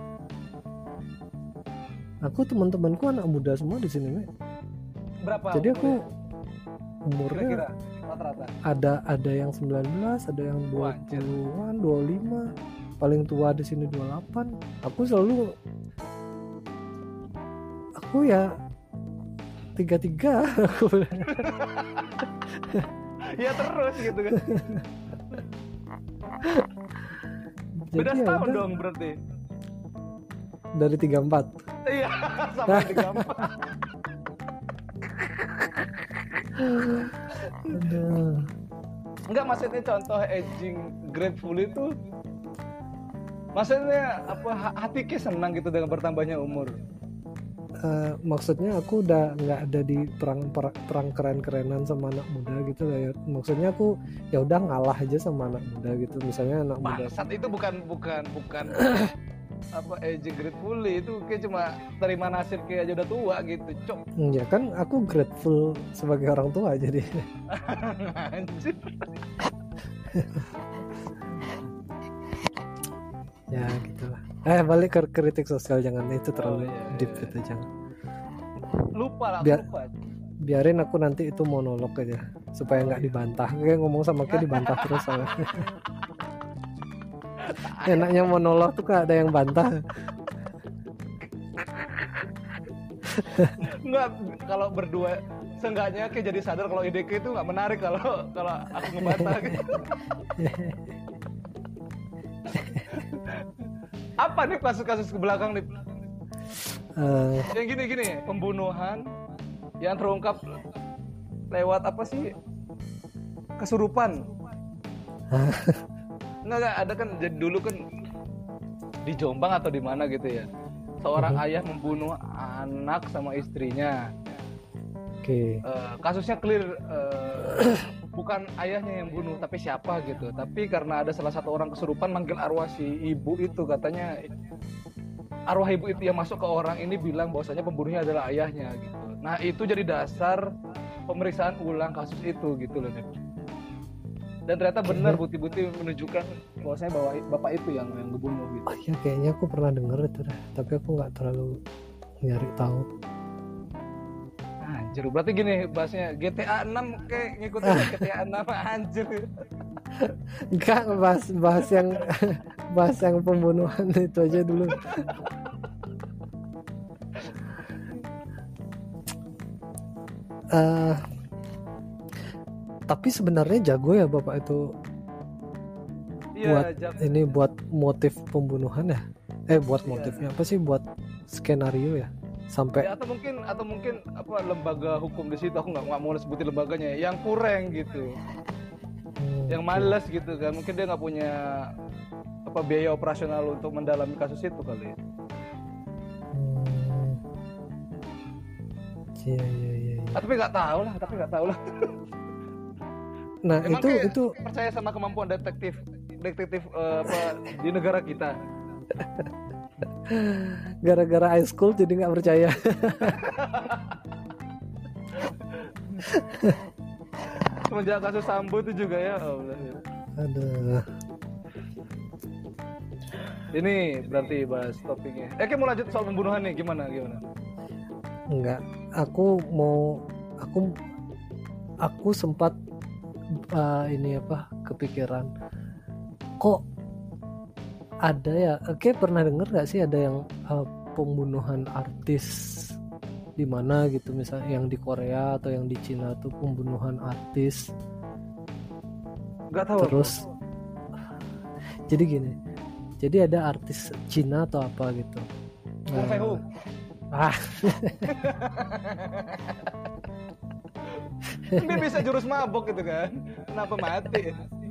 aku teman-temanku anak muda semua di sini, Mek. Berapa? Jadi aku umurnya? umurnya Kira-kira rata-rata. ada ada yang sembilan belas, ada yang dua Wah, anjir. puluhan, dua puluh lima. Paling tua di sini dua puluh delapan. Aku selalu aku ya tiga tiga. Ya terus gitu kan. Beda Jadi ya setahun udah, dong berarti. dari tiga puluh empat. Iya, sampai tiga puluh empat. Aduh. Enggak, maksudnya contoh aging grateful itu maksudnya apa ha- hati ke senang gitu dengan bertambahnya umur. Eh, maksudnya aku udah nggak ada di perang per- perang keren-kerenan sama anak muda gitu lah ya. Maksudnya aku ya udah ngalah aja sama anak muda gitu. Misalnya anak muda. Bangsat itu bukan bukan bukan apa aging grateful itu kayak cuma terima nasib kayak aja udah tua gitu, cok. Ya kan aku grateful sebagai orang tua jadi. Anjir. Ya gitulah. Eh balik ke kritik sosial, jangan itu terlalu Oh, iya, deep iya. gitu, jangan. Lupa lah, Biar- lupa. Biarin aku nanti itu monolog aja supaya nggak dibantah. Kayak ngomong sama kayak dibantah terus soalnya. Enaknya monolog tuh kan ada yang bantah. Enggak, kalau berdua seenggaknya kayak jadi sadar kalau ide itu nggak menarik kalau kalau aku ngebantah gitu. Apa nih kasus-kasus ke belakang nih? Eh, Yang gini-gini, pembunuhan yang terungkap lewat apa sih? Kesurupan. Enggak, enggak, ada kan jadi dulu kan di Jombang atau di mana gitu ya. Seorang Mhm. ayah membunuh anak sama istrinya. Oke. Eh, kasusnya clear, eh, bukan ayahnya yang bunuh tapi siapa gitu. Tapi karena ada salah satu orang kesurupan manggil arwah si ibu itu, katanya arwah ibu itu yang masuk ke orang ini bilang bahwasanya pembunuhnya adalah ayahnya gitu. Nah itu jadi dasar pemeriksaan ulang kasus itu gitu loh, Nep. Dan ternyata benar bukti-bukti menunjukkan bahwasanya bahwa bapak itu yang yang ngebunuh gitu. Oh iya, kayaknya aku pernah denger itu dah, tapi aku nggak terlalu nyari tahu. Anjir, berarti gini bahasnya G T A enam kayak ngikutin G T A enam anjir. Enggak, bahas bahas yang bahas yang pembunuhan itu aja dulu. Eh, tapi sebenarnya jago ya bapak itu buat Iya, Jam. ini buat motif pembunuhan ya. Eh buat Iya. motifnya apa sih, buat skenario ya sampai Ya, atau mungkin atau mungkin apa lembaga hukum di situ, aku nggak nggak mau sebutin lembaganya, yang kurang gitu, Hmm, yang oke. malas gitu kan, mungkin dia nggak punya apa biaya operasional untuk mendalami kasus itu kali. Hmm. Iya iya iya. iya. Ah, tapi nggak tahu lah, tapi nggak tahu lah. Nah Emang itu kayak itu percaya sama kemampuan detektif detektif eh, apa di negara kita. gara-gara high school jadi nggak percaya. Semenjak kasus Sambo itu juga ya Allah. Aduh. Ini berarti bahas topiknya. Eh, kayak mau lanjut soal pembunuhan nih, gimana gimana? Enggak, aku mau aku aku sempat uh, ini apa kepikiran kok ada ya, oke pernah denger nggak sih ada yang uh, pembunuhan artis di mana gitu, misalnya yang di Korea atau yang di Cina tuh pembunuhan artis. Nggak tahu. Terus jadi gini, jadi ada artis Cina atau apa gitu. Kung Fei Hung. Ah, Dia bisa jurus mabok gitu kan. Kenapa mati?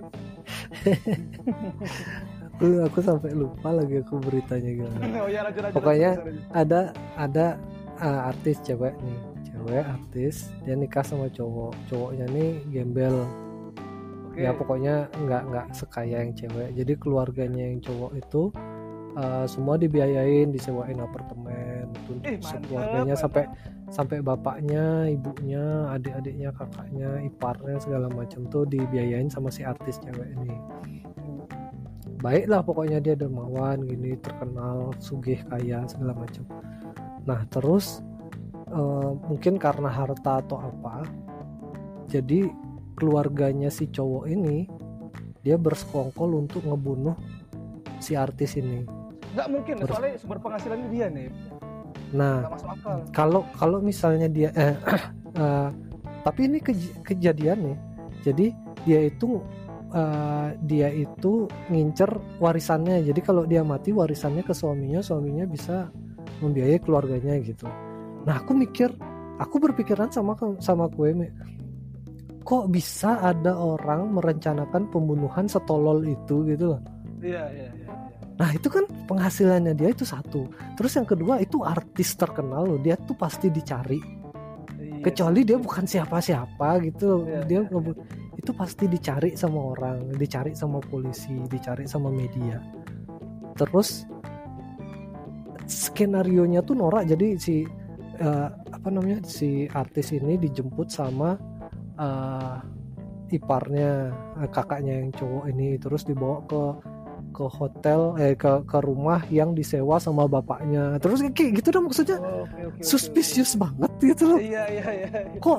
aku, aku sampai lupa lagi aku beritanya gimana. Oh ya, lanjut, lanjut, Pokoknya lanjut, lanjut. ada ada uh, artis cewek nih, cewek artis, dia nikah sama cowok, cowoknya nih gembel. Oke. Ya pokoknya nggak nggak sekaya yang cewek. Jadi keluarganya yang cowok itu uh, semua dibiayain, disewain apartemen, tuh Eh, mantap, keluarganya mantap. sampai sampai bapaknya, ibunya, adik-adiknya, kakaknya, iparnya segala macam tuh dibiayain sama si artis cewek ini. Baiklah pokoknya dia dermawan gini, terkenal, sugih, kaya segala macam. Nah terus uh, mungkin karena harta atau apa, jadi keluarganya si cowok ini dia bersekongkol untuk ngebunuh si artis ini. Nggak mungkin, Terus- soalnya sumber penghasilannya dia nih. Nah Nggak masuk akal. kalau kalau misalnya dia eh, eh, tapi ini kej- kejadian nih, jadi dia itu eh, dia itu ngincer warisannya. Jadi kalau dia mati warisannya ke suaminya, suaminya bisa membiayai keluarganya gitu. Nah aku mikir, aku berpikiran sama sama gue, Mi. Kok bisa ada orang merencanakan pembunuhan setolol itu gitu loh. Iya, iya, iya. Nah itu kan penghasilannya dia itu satu. Terus yang kedua itu artis terkenal loh, dia tuh pasti dicari. Iya. Kecuali dia bukan siapa-siapa gitu loh. Iya, Dia iya, ngebu- itu pasti dicari sama orang, dicari sama polisi, dicari sama media. Terus skenarionya tuh norak. Jadi si eh, apa namanya si artis ini dijemput sama eh, iparnya, eh, kakaknya yang cowok ini, terus dibawa ke ke hotel eh ke ke rumah yang disewa sama bapaknya. Terus kayak gitu dah maksudnya. Oh, oke, oke, oke, Suspicious oke. banget gitu loh. Iya, iya, iya. Kok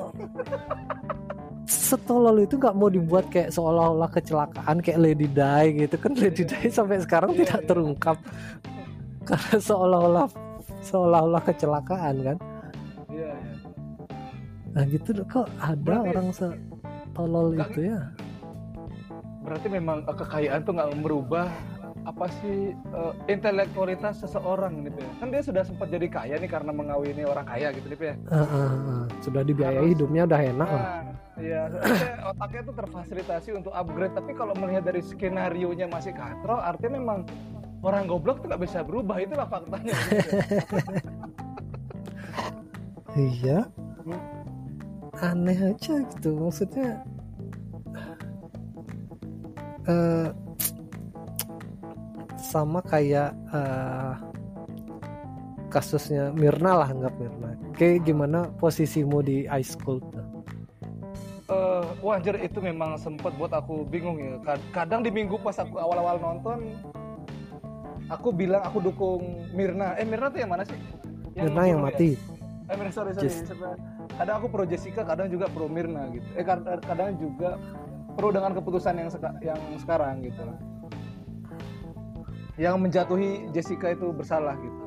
setolol itu nggak mau dibuat kayak seolah-olah kecelakaan kayak Lady Di gitu kan. Lady Di sampai sekarang Iya, tidak iya. terungkap karena seolah-olah seolah-olah kecelakaan kan. Iya, iya. Nah gitu loh, kok ada Berarti- orang setolol Nggak- itu ya. Berarti memang eh, kekayaan tuh nggak merubah apa sih eh, intelektualitas seseorang gitu ya. Kan dia sudah sempat jadi kaya nih karena mengawini orang kaya gitu nih ya. Ah, ah, ah. Sudah dibiayai, Harus- hidupnya udah enak lah. Nah, iya, sebenarnya otaknya tuh terfasilitasi untuk upgrade. Tapi kalau melihat dari skenario nya masih katro, artinya memang orang goblok tuh nggak bisa berubah, itulah faktanya. Gitu. Iya. Aneh aja gitu maksudnya. eh sama kayak eh, kasusnya Mirna lah, anggap Mirna. Kayak gimana posisimu di ice cold? Eh, wah anjir, itu memang sempat buat aku bingung ya. Kad- Kadang di minggu pas aku awal-awal nonton, aku bilang aku dukung Mirna. Eh Mirna tuh yang mana sih? Mirna yang ngebunuh mati. Ya? Eh Mirna, sorry sorry. Jess. Kadang aku pro Jessica, kadang juga pro Mirna gitu. Eh kad- kadang juga pro dengan keputusan yang seka- yang sekarang gitu. Yang menjatuhi Jessica itu bersalah gitu.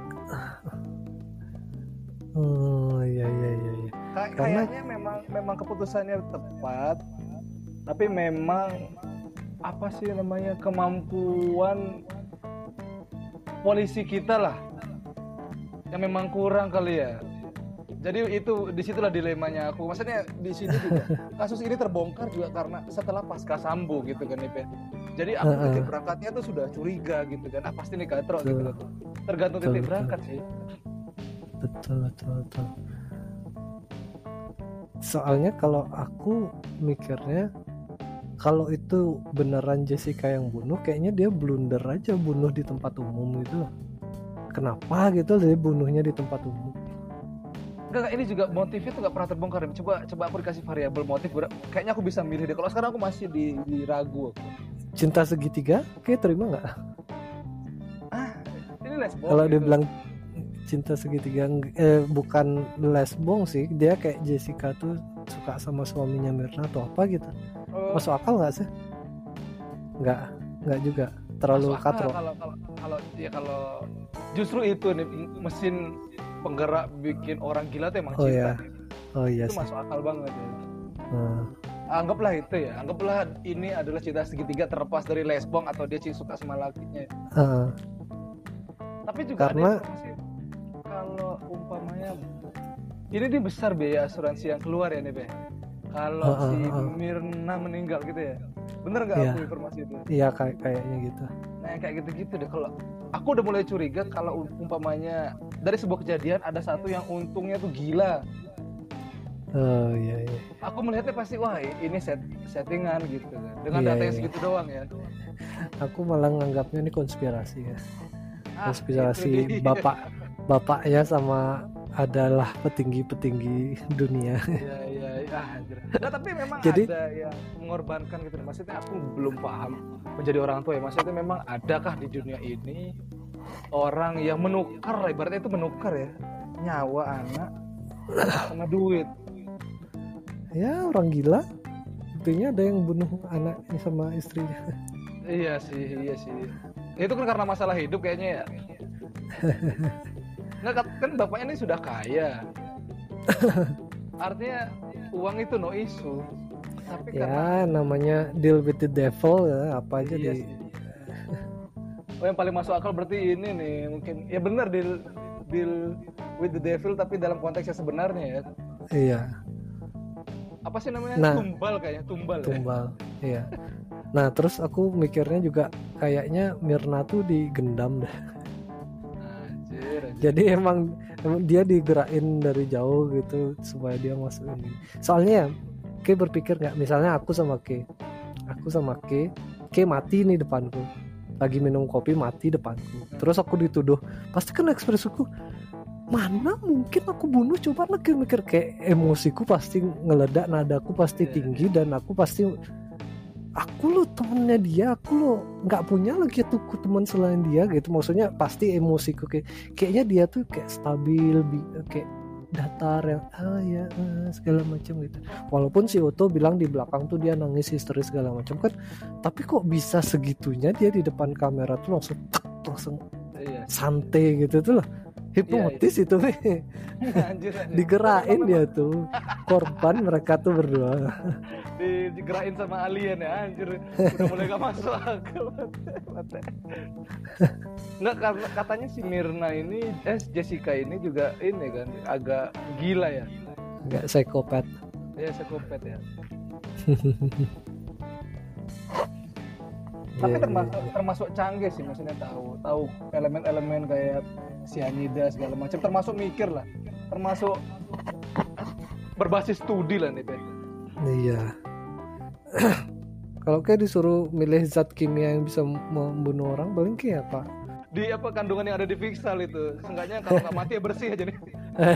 Oh iya iya iya. iya. Kay- Karena- Kayaknya memang memang keputusannya tepat, tapi memang apa sih namanya kemampuan polisi kita lah yang memang kurang kali ya. Jadi itu disitulah dilemanya aku. Maksudnya di sini juga kasus ini terbongkar juga karena setelah pasca Sambo gitu kan Ip ya. Jadi aku Uh-uh. titik berangkatnya tuh sudah curiga gitu kan. Ah pasti nih katro Betul. gitu loh. Tergantung Betul, titik betul. berangkat sih. Betul betul betul. Soalnya kalau aku mikirnya, kalau itu beneran Jessica yang bunuh, kayaknya dia blunder aja bunuh di tempat umum gitu. Kenapa gitu dia bunuhnya di tempat umum? Enggak, ini juga motifnya tuh nggak pernah terbongkar. Coba coba aku dikasih variabel motif, gua- kayaknya aku bisa milih deh. Kalau sekarang aku masih di, di ragu aku. Cinta segitiga, kayak terima nggak? Ini lesbos. Kalau gitu. dia bilang cinta segitiga, eh, bukan lesbong sih, dia kayak Jessica tuh suka sama suaminya Mirna atau apa gitu. Oh, Masuk akal nggak sih? Nggak. nggak juga terlalu Masuk akal katro. kalau kalau kalau ya kalau justru itu nih mesin penggerak bikin orang gila tuh emang Oh cinta. ya, oh iya Itu sih. masuk akal banget ya. Hmm. Anggaplah itu ya, anggaplah ini adalah cinta segitiga terlepas dari lesbong atau dia suka sama lakinya. Uh, Tapi juga Karena- ada informasi kalau umpamanya ini dia besar biaya asuransi yang keluar ya nih Be. Kalau Uh, uh, si uh. Mirna meninggal gitu ya, bener nggak Iya. aku informasi itu? Iya kayak kayaknya gitu. Nah yang kayak gitu-gitu deh. Kalau aku udah mulai curiga kalau umpamanya dari sebuah kejadian ada satu yang untungnya tuh gila. Oh iya iya. Aku melihatnya pasti wah ini set, settingan gitu kan. Dengan Iya, data yang iya. segitu doang ya. Aku malah nganggapnya ini konspirasi ya. Ah, Konspirasi itu dia. bapak bapaknya sama adalah petinggi-petinggi dunia. Iya iya iya. Ah, anjir. Nah, tapi memang Jadi- ada yang mengorbankan gitu. Maksudnya aku belum paham menjadi orang tua ya. Maksudnya memang adakah di dunia ini orang yang menukar, ibaratnya itu menukar ya, nyawa anak sama duit. Ya orang gila. Intinya ada yang bunuh anaknya sama istrinya. Iya sih, iya sih. Itu kan karena masalah hidup kayaknya ya. Nggak, kan bapaknya ini sudah kaya. Artinya uang itu no issue. Tapi karena Ya namanya deal with the devil ya, apa aja iya di sih. Oh yang paling masuk akal berarti ini nih mungkin ya benar deal deal with the devil tapi dalam konteks yang sebenarnya ya. iya Apa sih namanya? Nah. tumbal kayaknya, tumbal. Ya? tumbal. Iya. Nah terus aku mikirnya juga kayaknya Mirna tuh digendam deh. Anjir, anjir. Jadi emang, emang dia digerakin dari jauh gitu supaya dia masuk ini. Soalnya ya, Ke berpikir nggak, misalnya aku sama Ke, aku sama Ke, Ke mati nih depanku, lagi minum kopi mati depanku. Terus aku dituduh, pasti kan ekspresiku, mana mungkin aku bunuh, coba lagi mikir kayak emosiku pasti ngeledak, nadaku pasti tinggi dan aku pasti aku lo temennya dia, aku lo nggak punya lagi tuh teman selain dia gitu. Maksudnya pasti emosiku kayak kayaknya dia tuh kayak stabil, bi- kayak datar yang ah ya ah, segala macam gitu. Walaupun si Otto bilang di belakang tuh dia nangis histeris segala macam kan, tapi kok bisa segitunya dia di depan kamera tuh langsung langsung Iya. santai gitu tuh loh. Hipnotis itu nih. Anjir, anjir. Digerain Memang- dia tuh korban mereka tuh berdua. di, digerain sama alien ya anjir udah mulai gak masuk akal. Nggak, karena katanya si Mirna ini eh Jessica ini juga ini kan agak gila ya, Nggak psikopat. ya psikopat ya. Tapi Iya, termasuk iya. termasuk canggih sih, maksudnya tahu tahu elemen-elemen kayak cyanida segala macam, termasuk mikir lah, termasuk berbasis studi lah nih Ben. Iya. Kalau kayak disuruh milih zat kimia yang bisa membunuh orang, paling kayak apa? Di apa kandungan yang ada di Vixal itu, seenggaknya kalau nggak mati ya bersih aja nih.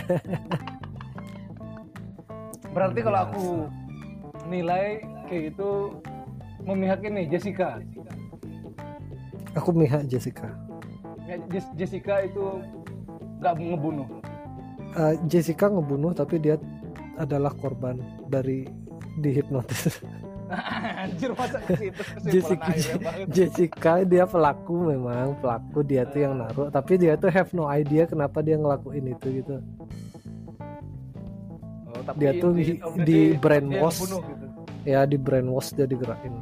Berarti kalau aku nilai kayak gitu memihak ini Jessica. Aku mihak Jessica. Ya, Jes- Jessica itu nggak ngebunuh. Uh, Jessica ngebunuh tapi dia adalah korban dari dihipnotis. Anjir masa ke situ kesimpulan Jessica, akhirnya banget. Jessica dia pelaku, memang pelaku, dia tuh yang naruh, tapi dia tuh have no idea kenapa dia ngelakuin itu gitu. Oh, tapi Dia tuh in the di- end of the di day, brainwash. dia ngebunuh gitu. Ya di brainwash, dia digerakin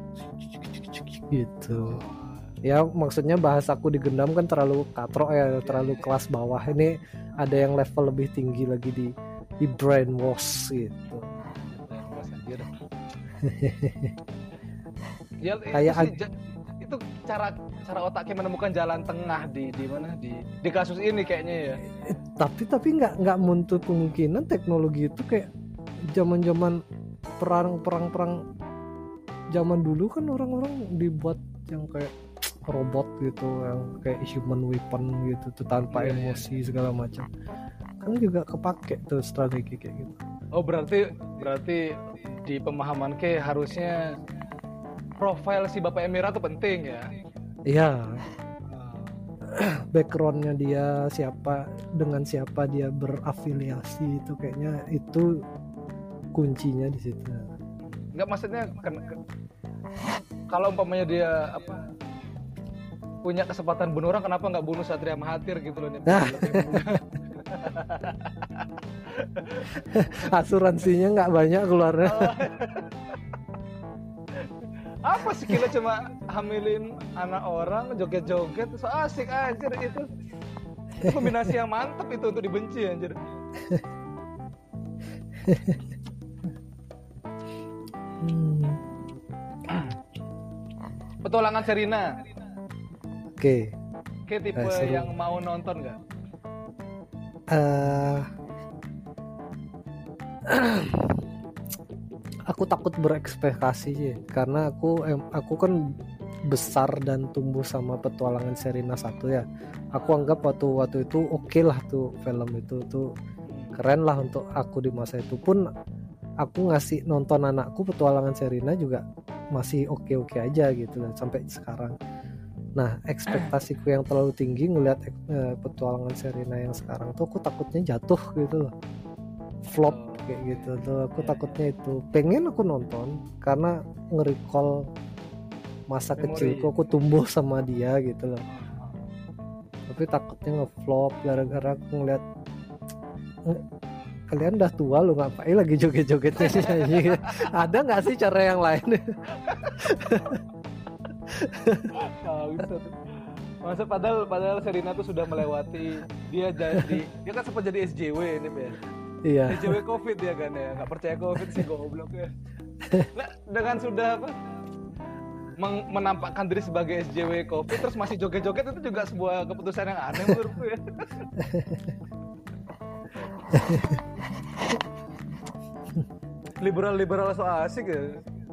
gitu. Ya maksudnya bahasaku digendam kan terlalu katrok ya, terlalu kelas bawah. Ini ada yang level lebih tinggi lagi di di brainwash gitu. Brainwash, anjir. Ya, itu, Kayak sih, ag- ja- itu cara cara otaknya menemukan jalan tengah di di mana di di kasus ini kayaknya ya. Eh, tapi tapi nggak nggak muncul kemungkinan teknologi itu kayak zaman-zaman perang perang perang zaman dulu kan orang-orang dibuat yang kayak robot gitu, yang kayak human weapon gitu tuh tanpa Iya, iya. emosi segala macam. Kan juga kepake tuh strategi kayak gitu. Oh berarti berarti di pemahaman ke harusnya profil si Bapak Emira tuh penting ya. Iya, backgroundnya dia siapa, dengan siapa dia berafiliasi, itu kayaknya itu kuncinya di situ. Nggak maksudnya kan, kan- kalau umpamanya dia apa punya kesempatan bunuh orang, kenapa nggak bunuh Satria Mahathir gitu loh nih. Asuransinya nggak banyak keluarnya. Apa sih kita cuma hamilin anak orang, joget-joget, so asik anjir itu. Itu kombinasi yang mantep itu untuk dibenci anjir. hmm. Petualangan Sherina. Oke. Oke, tipe eh, yang mau nonton nggak? Uh, aku takut berekspektasi sih, karena aku aku kan besar dan tumbuh sama Petualangan Sherina satu ya. Aku anggap waktu waktu itu oke okay lah tuh film itu tuh keren lah untuk aku di masa itu. Pun aku ngasih nonton anakku Petualangan Sherina juga masih oke-oke aja gitu lah sampai sekarang. Nah, ekspektasiku yang terlalu tinggi ngelihat eh, Petualangan Sherina yang sekarang tuh aku takutnya jatuh gitu loh. Flop kayak gitu tuh. Aku takutnya itu. Pengen aku nonton karena nge-recall masa Memori. kecilku, aku tumbuh sama dia gitu loh. Tapi takutnya nge-flop gara-gara aku ngeliat kalian udah tua lo ngapain lagi joget-jogetnya nyanyi. Ada nggak sih cara yang lain? Masa padahal padahal Sherina tuh sudah melewati, dia jadi dia kan sempat jadi S J W ini ya. Iya. S J W Covid ya kan ya, nggak percaya Covid sih goblok ya. Nah, dengan sudah apa meng- menampakkan diri sebagai S J W Covid terus masih joget-joget, itu juga sebuah keputusan yang aneh menurutku ya. Liberal-liberal so asik ya.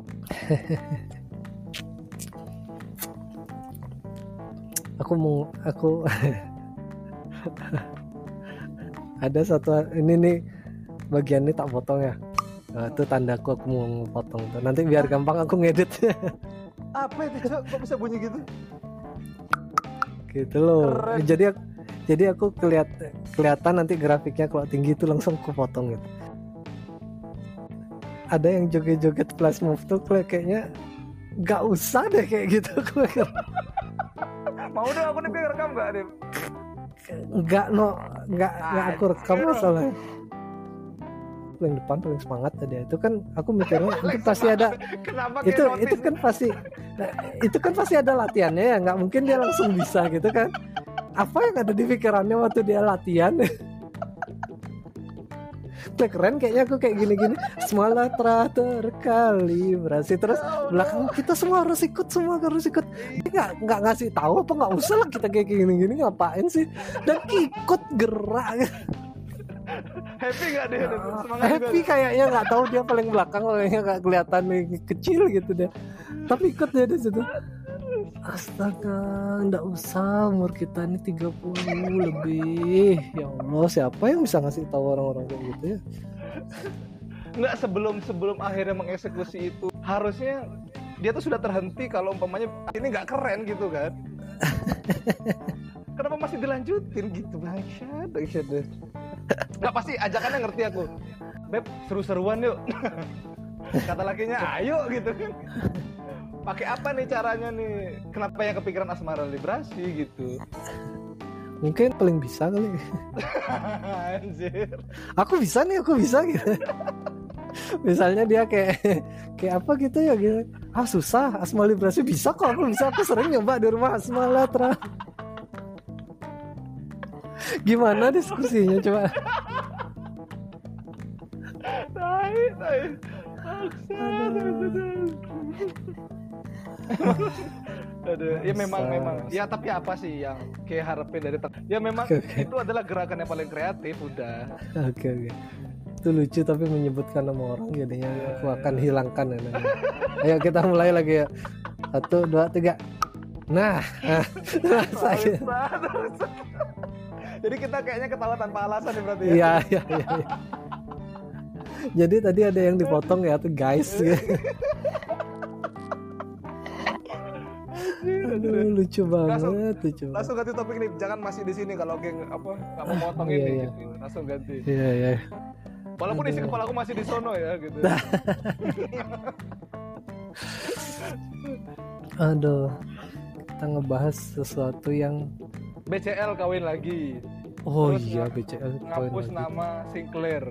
Aku mau aku ada satu ini nih bagian ini tak potong ya. Nah, itu tandaku aku mau potong tuh. Nanti biar gampang aku ngedit. Apa itu Cok? Kok bisa bunyi gitu? Gitu loh. Keren. Jadi aku, jadi aku keliat, kelihatan nanti grafiknya kalau tinggi itu langsung aku potong gitu. Ada yang joget-joget flash move tuh kayaknya nggak usah deh kayak gitu. Mau dong aku nih rekam nggak nih? Nggak no, nggak nggak aku rekam masalahnya. Yang depan paling semangat tadi itu kan aku mikirnya itu pasti ada. Kenapa itu itu kan pasti itu kan pasti ada latihannya ya, nggak mungkin dia langsung bisa gitu kan. Apa yang ada di pikirannya waktu dia latihan? Keren kayaknya aku kayak gini-gini, Sumatera terkalibrasi, terus belakang kita semua harus ikut, semua harus ikut. Dia nggak nggak ngasih tahu apa nggak usah lah kita kayak gini-gini, ngapain sih? Dan ikut gerak. Happy nggak dia? Semangat happy juga. Kayaknya nggak tahu dia paling belakang, kayaknya nggak kelihatan kecil gitu deh. Tapi ikut dia di situ. Astaga, nggak usah, umur kita ini tiga puluh lebih. Ya Allah, siapa yang bisa ngasih tahu orang-orang kayak gitu ya? Nggak, sebelum sebelum akhirnya mengeksekusi itu, harusnya dia tuh sudah terhenti kalau umpamanya ini nggak keren gitu kan. Kenapa masih dilanjutin gitu? Bangsat, bangsat deh. Nggak, pasti ajakannya ngerti aku. Beb, seru-seruan yuk. Kata lakinya, ayo gitu kan. Pakai apa nih caranya nih? Kenapa yang kepikiran asmara liberasi gitu? Mungkin paling bisa kali. Anjir. Aku bisa nih, aku bisa gitu. Misalnya dia kayak kayak apa gitu ya gitu. Ah susah, asma liberasi bisa kok, aku bisa, aku sering nyoba di rumah asma latra. Gimana diskusinya coba? Tai, tai. Aduh, ya memang memang. Ya tapi apa sih yang kayak harapin dari ter- ya memang okay, okay. Itu adalah gerakan yang paling kreatif udah. Oke okay, oke. Okay. Itu lucu tapi menyebutkan nama orang jadinya yeah, aku akan yeah. hilangkan ya. Ayo kita mulai lagi ya. Satu, dua, tiga. Nah, nah saya. Jadi kita kayaknya ketawa tanpa alasan ya berarti ya. Iya, iya, iya. Ya. Jadi tadi ada yang dipotong ya tuh guys. Aduh, lucu banget, langsung, lucu. Langsung ganti topik nih, jangan masih di sini kalau geng apa nggak mau motong iya, ini iya. gitu. Langsung ganti. Iya, iya. Walaupun isi kepala aku masih di sono ya gitu. Aduh, kita ngebahas sesuatu yang B C L kawin lagi. oh Terus iya nga- B C L Ngapus lagi. nama Sinclair.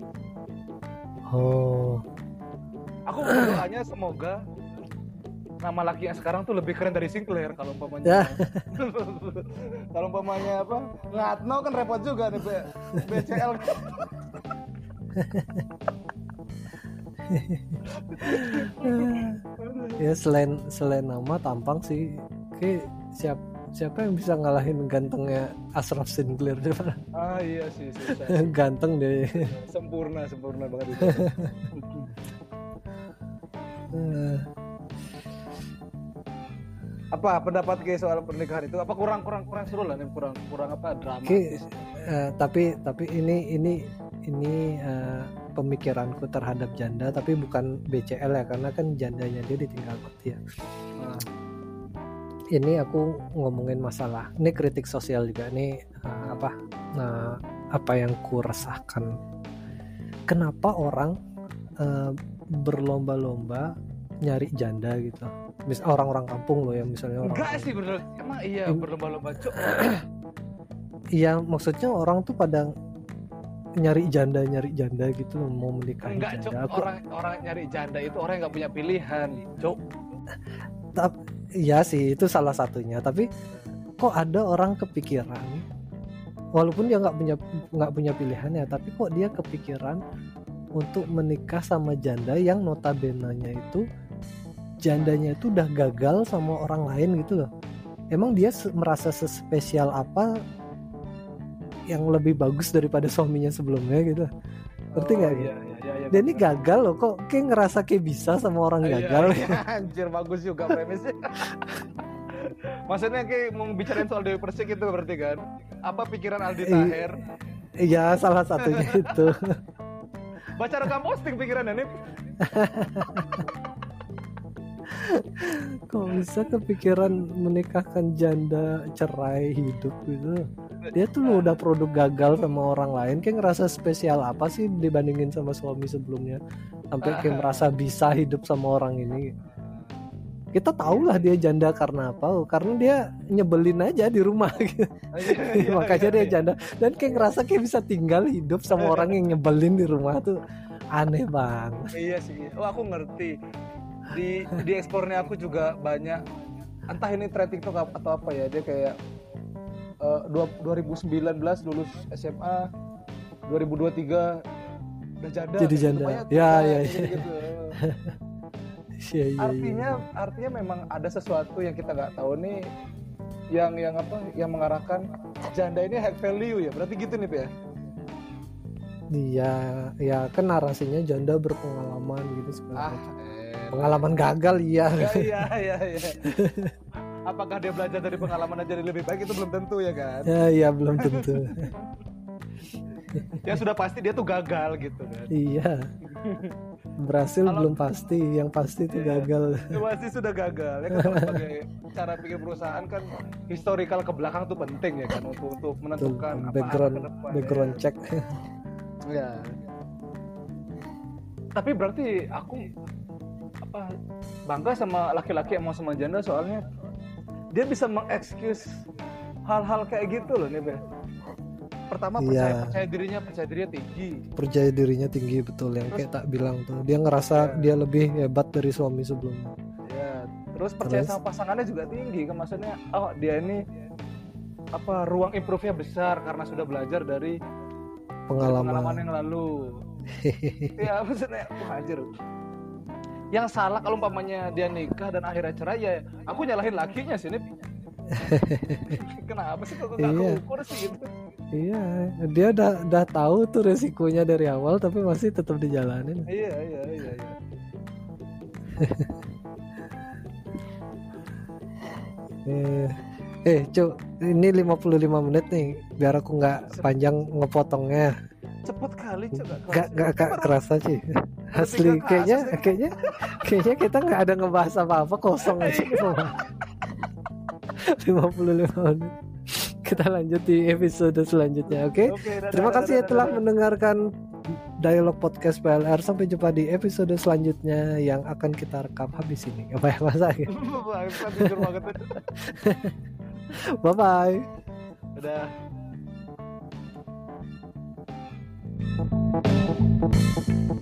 Oh, Aku berdoanya semoga nama laki yang sekarang tuh lebih keren dari Sinclair kalau Ya. umpamanya. Kalau umpamanya apa? Ngatno kan repot juga nih B, B C L. ya selain selain nama tampang sih, kayak siap siapa yang bisa ngalahin gantengnya Ashraf Sinclair deh. Ah iya sih susah. Ganteng deh. Sempurna, sempurna banget itu. Eh, Apa pendapat Ge soal pernikahan itu? Apa kurang kurang kurang seru lah nih, kurang kurang apa Ki, dramatis. eh, tapi tapi ini ini ini eh, pemikiranku terhadap janda, tapi bukan B C L ya, karena kan jandanya dia ditinggal mati ya. Nah, Ini aku ngomongin masalah, ini kritik sosial juga nih, eh, apa nah apa yang ku resahkan, kenapa orang eh, berlomba-lomba nyari janda gitu. Mis orang-orang kampung loh ya, misalnya orang enggak sih bener. Emang iya Im- berlomba-lomba cuk. iya, maksudnya orang tuh pada nyari janda nyari janda gitu loh, mau menikahi Enggak cuk, janda. Aku orang orang nyari janda itu orang yang nggak punya pilihan, cuk. tap- iya sih itu salah satunya, tapi kok ada orang kepikiran, walaupun dia nggak punya nggak punya pilihan ya, tapi kok dia kepikiran untuk menikah sama janda yang notabene-nya itu jandanya itu udah gagal sama orang lain gitu loh. Emang dia se- merasa sespesial apa yang lebih bagus daripada suaminya sebelumnya gitu, ngerti nggak? Oh, gitu? iya, iya, iya, iya, Dia ini bener. gagal loh, kok kayak ngerasa kayak bisa sama orang Iya, gagal. iya, anjir bagus juga premisnya. Maksudnya kayak mau bicarain soal Dewi Persik itu berarti kan? Apa pikiran Aldi I- Taher? Iya, salah satunya itu. Baca rekam posting pikirannya nih. Kok bisa kepikiran menikahkan janda cerai hidup gitu? Dia tuh lo udah produk gagal sama orang lain, kayak ngerasa spesial apa sih dibandingin sama suami sebelumnya, sampai kayak merasa bisa hidup sama orang ini. Kita tahu lah dia janda karena apa? Karena dia nyebelin aja di rumah gitu. Iya, Makanya iya, dia iya. janda, dan kayak ngerasa kayak bisa tinggal hidup sama orang yang nyebelin di rumah tuh aneh banget. Iya sih. Oh aku ngerti. Di di ekspornya aku juga banyak. Entah ini thread TikTok atau apa ya. Dia kayak eh, dua- dua ribu sembilan belas lulus S M A, dua ribu dua puluh tiga udah janda. Jadi kayak janda. gitu. Pokoknya Ya, kayak ya, gitu, ya. gitu. Iya, iya, iya. Artinya artinya memang ada sesuatu yang kita nggak tahu nih, yang yang apa yang mengarahkan janda ini high value ya. Berarti gitu nih Pak ya. Iya, ya kan narasinya janda berpengalaman gitu segala Ah, macam. eh, Pengalaman gagal iya. Ya, iya iya iya. Apakah dia belajar dari pengalaman aja lebih baik itu belum tentu ya kan? Ya, iya belum tentu. Yang sudah pasti dia tuh gagal gitu kan. Iya. Berhasil Kalau- belum pasti, yang pasti itu Iya. gagal. Itu pasti sudah gagal ya kan, kalau sebagai cara pikir perusahaan kan historical ke belakang tuh penting ya kan untuk untuk Tuh, menentukan apa background ke depan, background ya. check. Ya. Tapi berarti aku apa bangga sama laki-laki yang mau sama janda soalnya dia bisa mengexcuse hal-hal kayak gitu loh nih Be. Pertama percaya Iya. percaya dirinya percaya dirinya tinggi. Percaya dirinya tinggi, betul yang Terus- kayak tak bilang tuh. Dia ngerasa Ya. dia lebih hebat dari suami sebelumnya. Ya, terus percaya Terus? sama pasangannya juga tinggi kan, maksudnya oh dia ini apa ruang improve-nya besar karena sudah belajar dari Pengalaman. pengalaman yang lalu. Ya maksudnya wah anjir. Yang salah kalau umpamanya dia nikah dan akhirnya cerai ya aku nyalahin lakinya sih Nip. Kenapa sih kok nggak Iya. keukur sih gitu? Iya, dia udah udah tahu tuh resikonya dari awal, tapi masih tetap dijalanin. Iya iya iya iya. Eh, eh Cuk, ini lima puluh lima menit nih, biar aku nggak panjang ngepotongnya. Cepet kali coba. Gak gak gak kerasa sih. Asli nggak kerasa kayaknya sih. kayaknya kayaknya kita nggak ada ngebahas apa-apa, kosong aja. lima puluh lima menit. Kita lanjut di episode selanjutnya, oke? Oke, dadah, Terima dadah, kasih ya dadah, telah dadah. mendengarkan Dialog Podcast P L R. Sampai jumpa di episode selanjutnya yang akan kita rekam habis ini. Apa ya masa gitu? Jujur banget. Bye bye. Udah.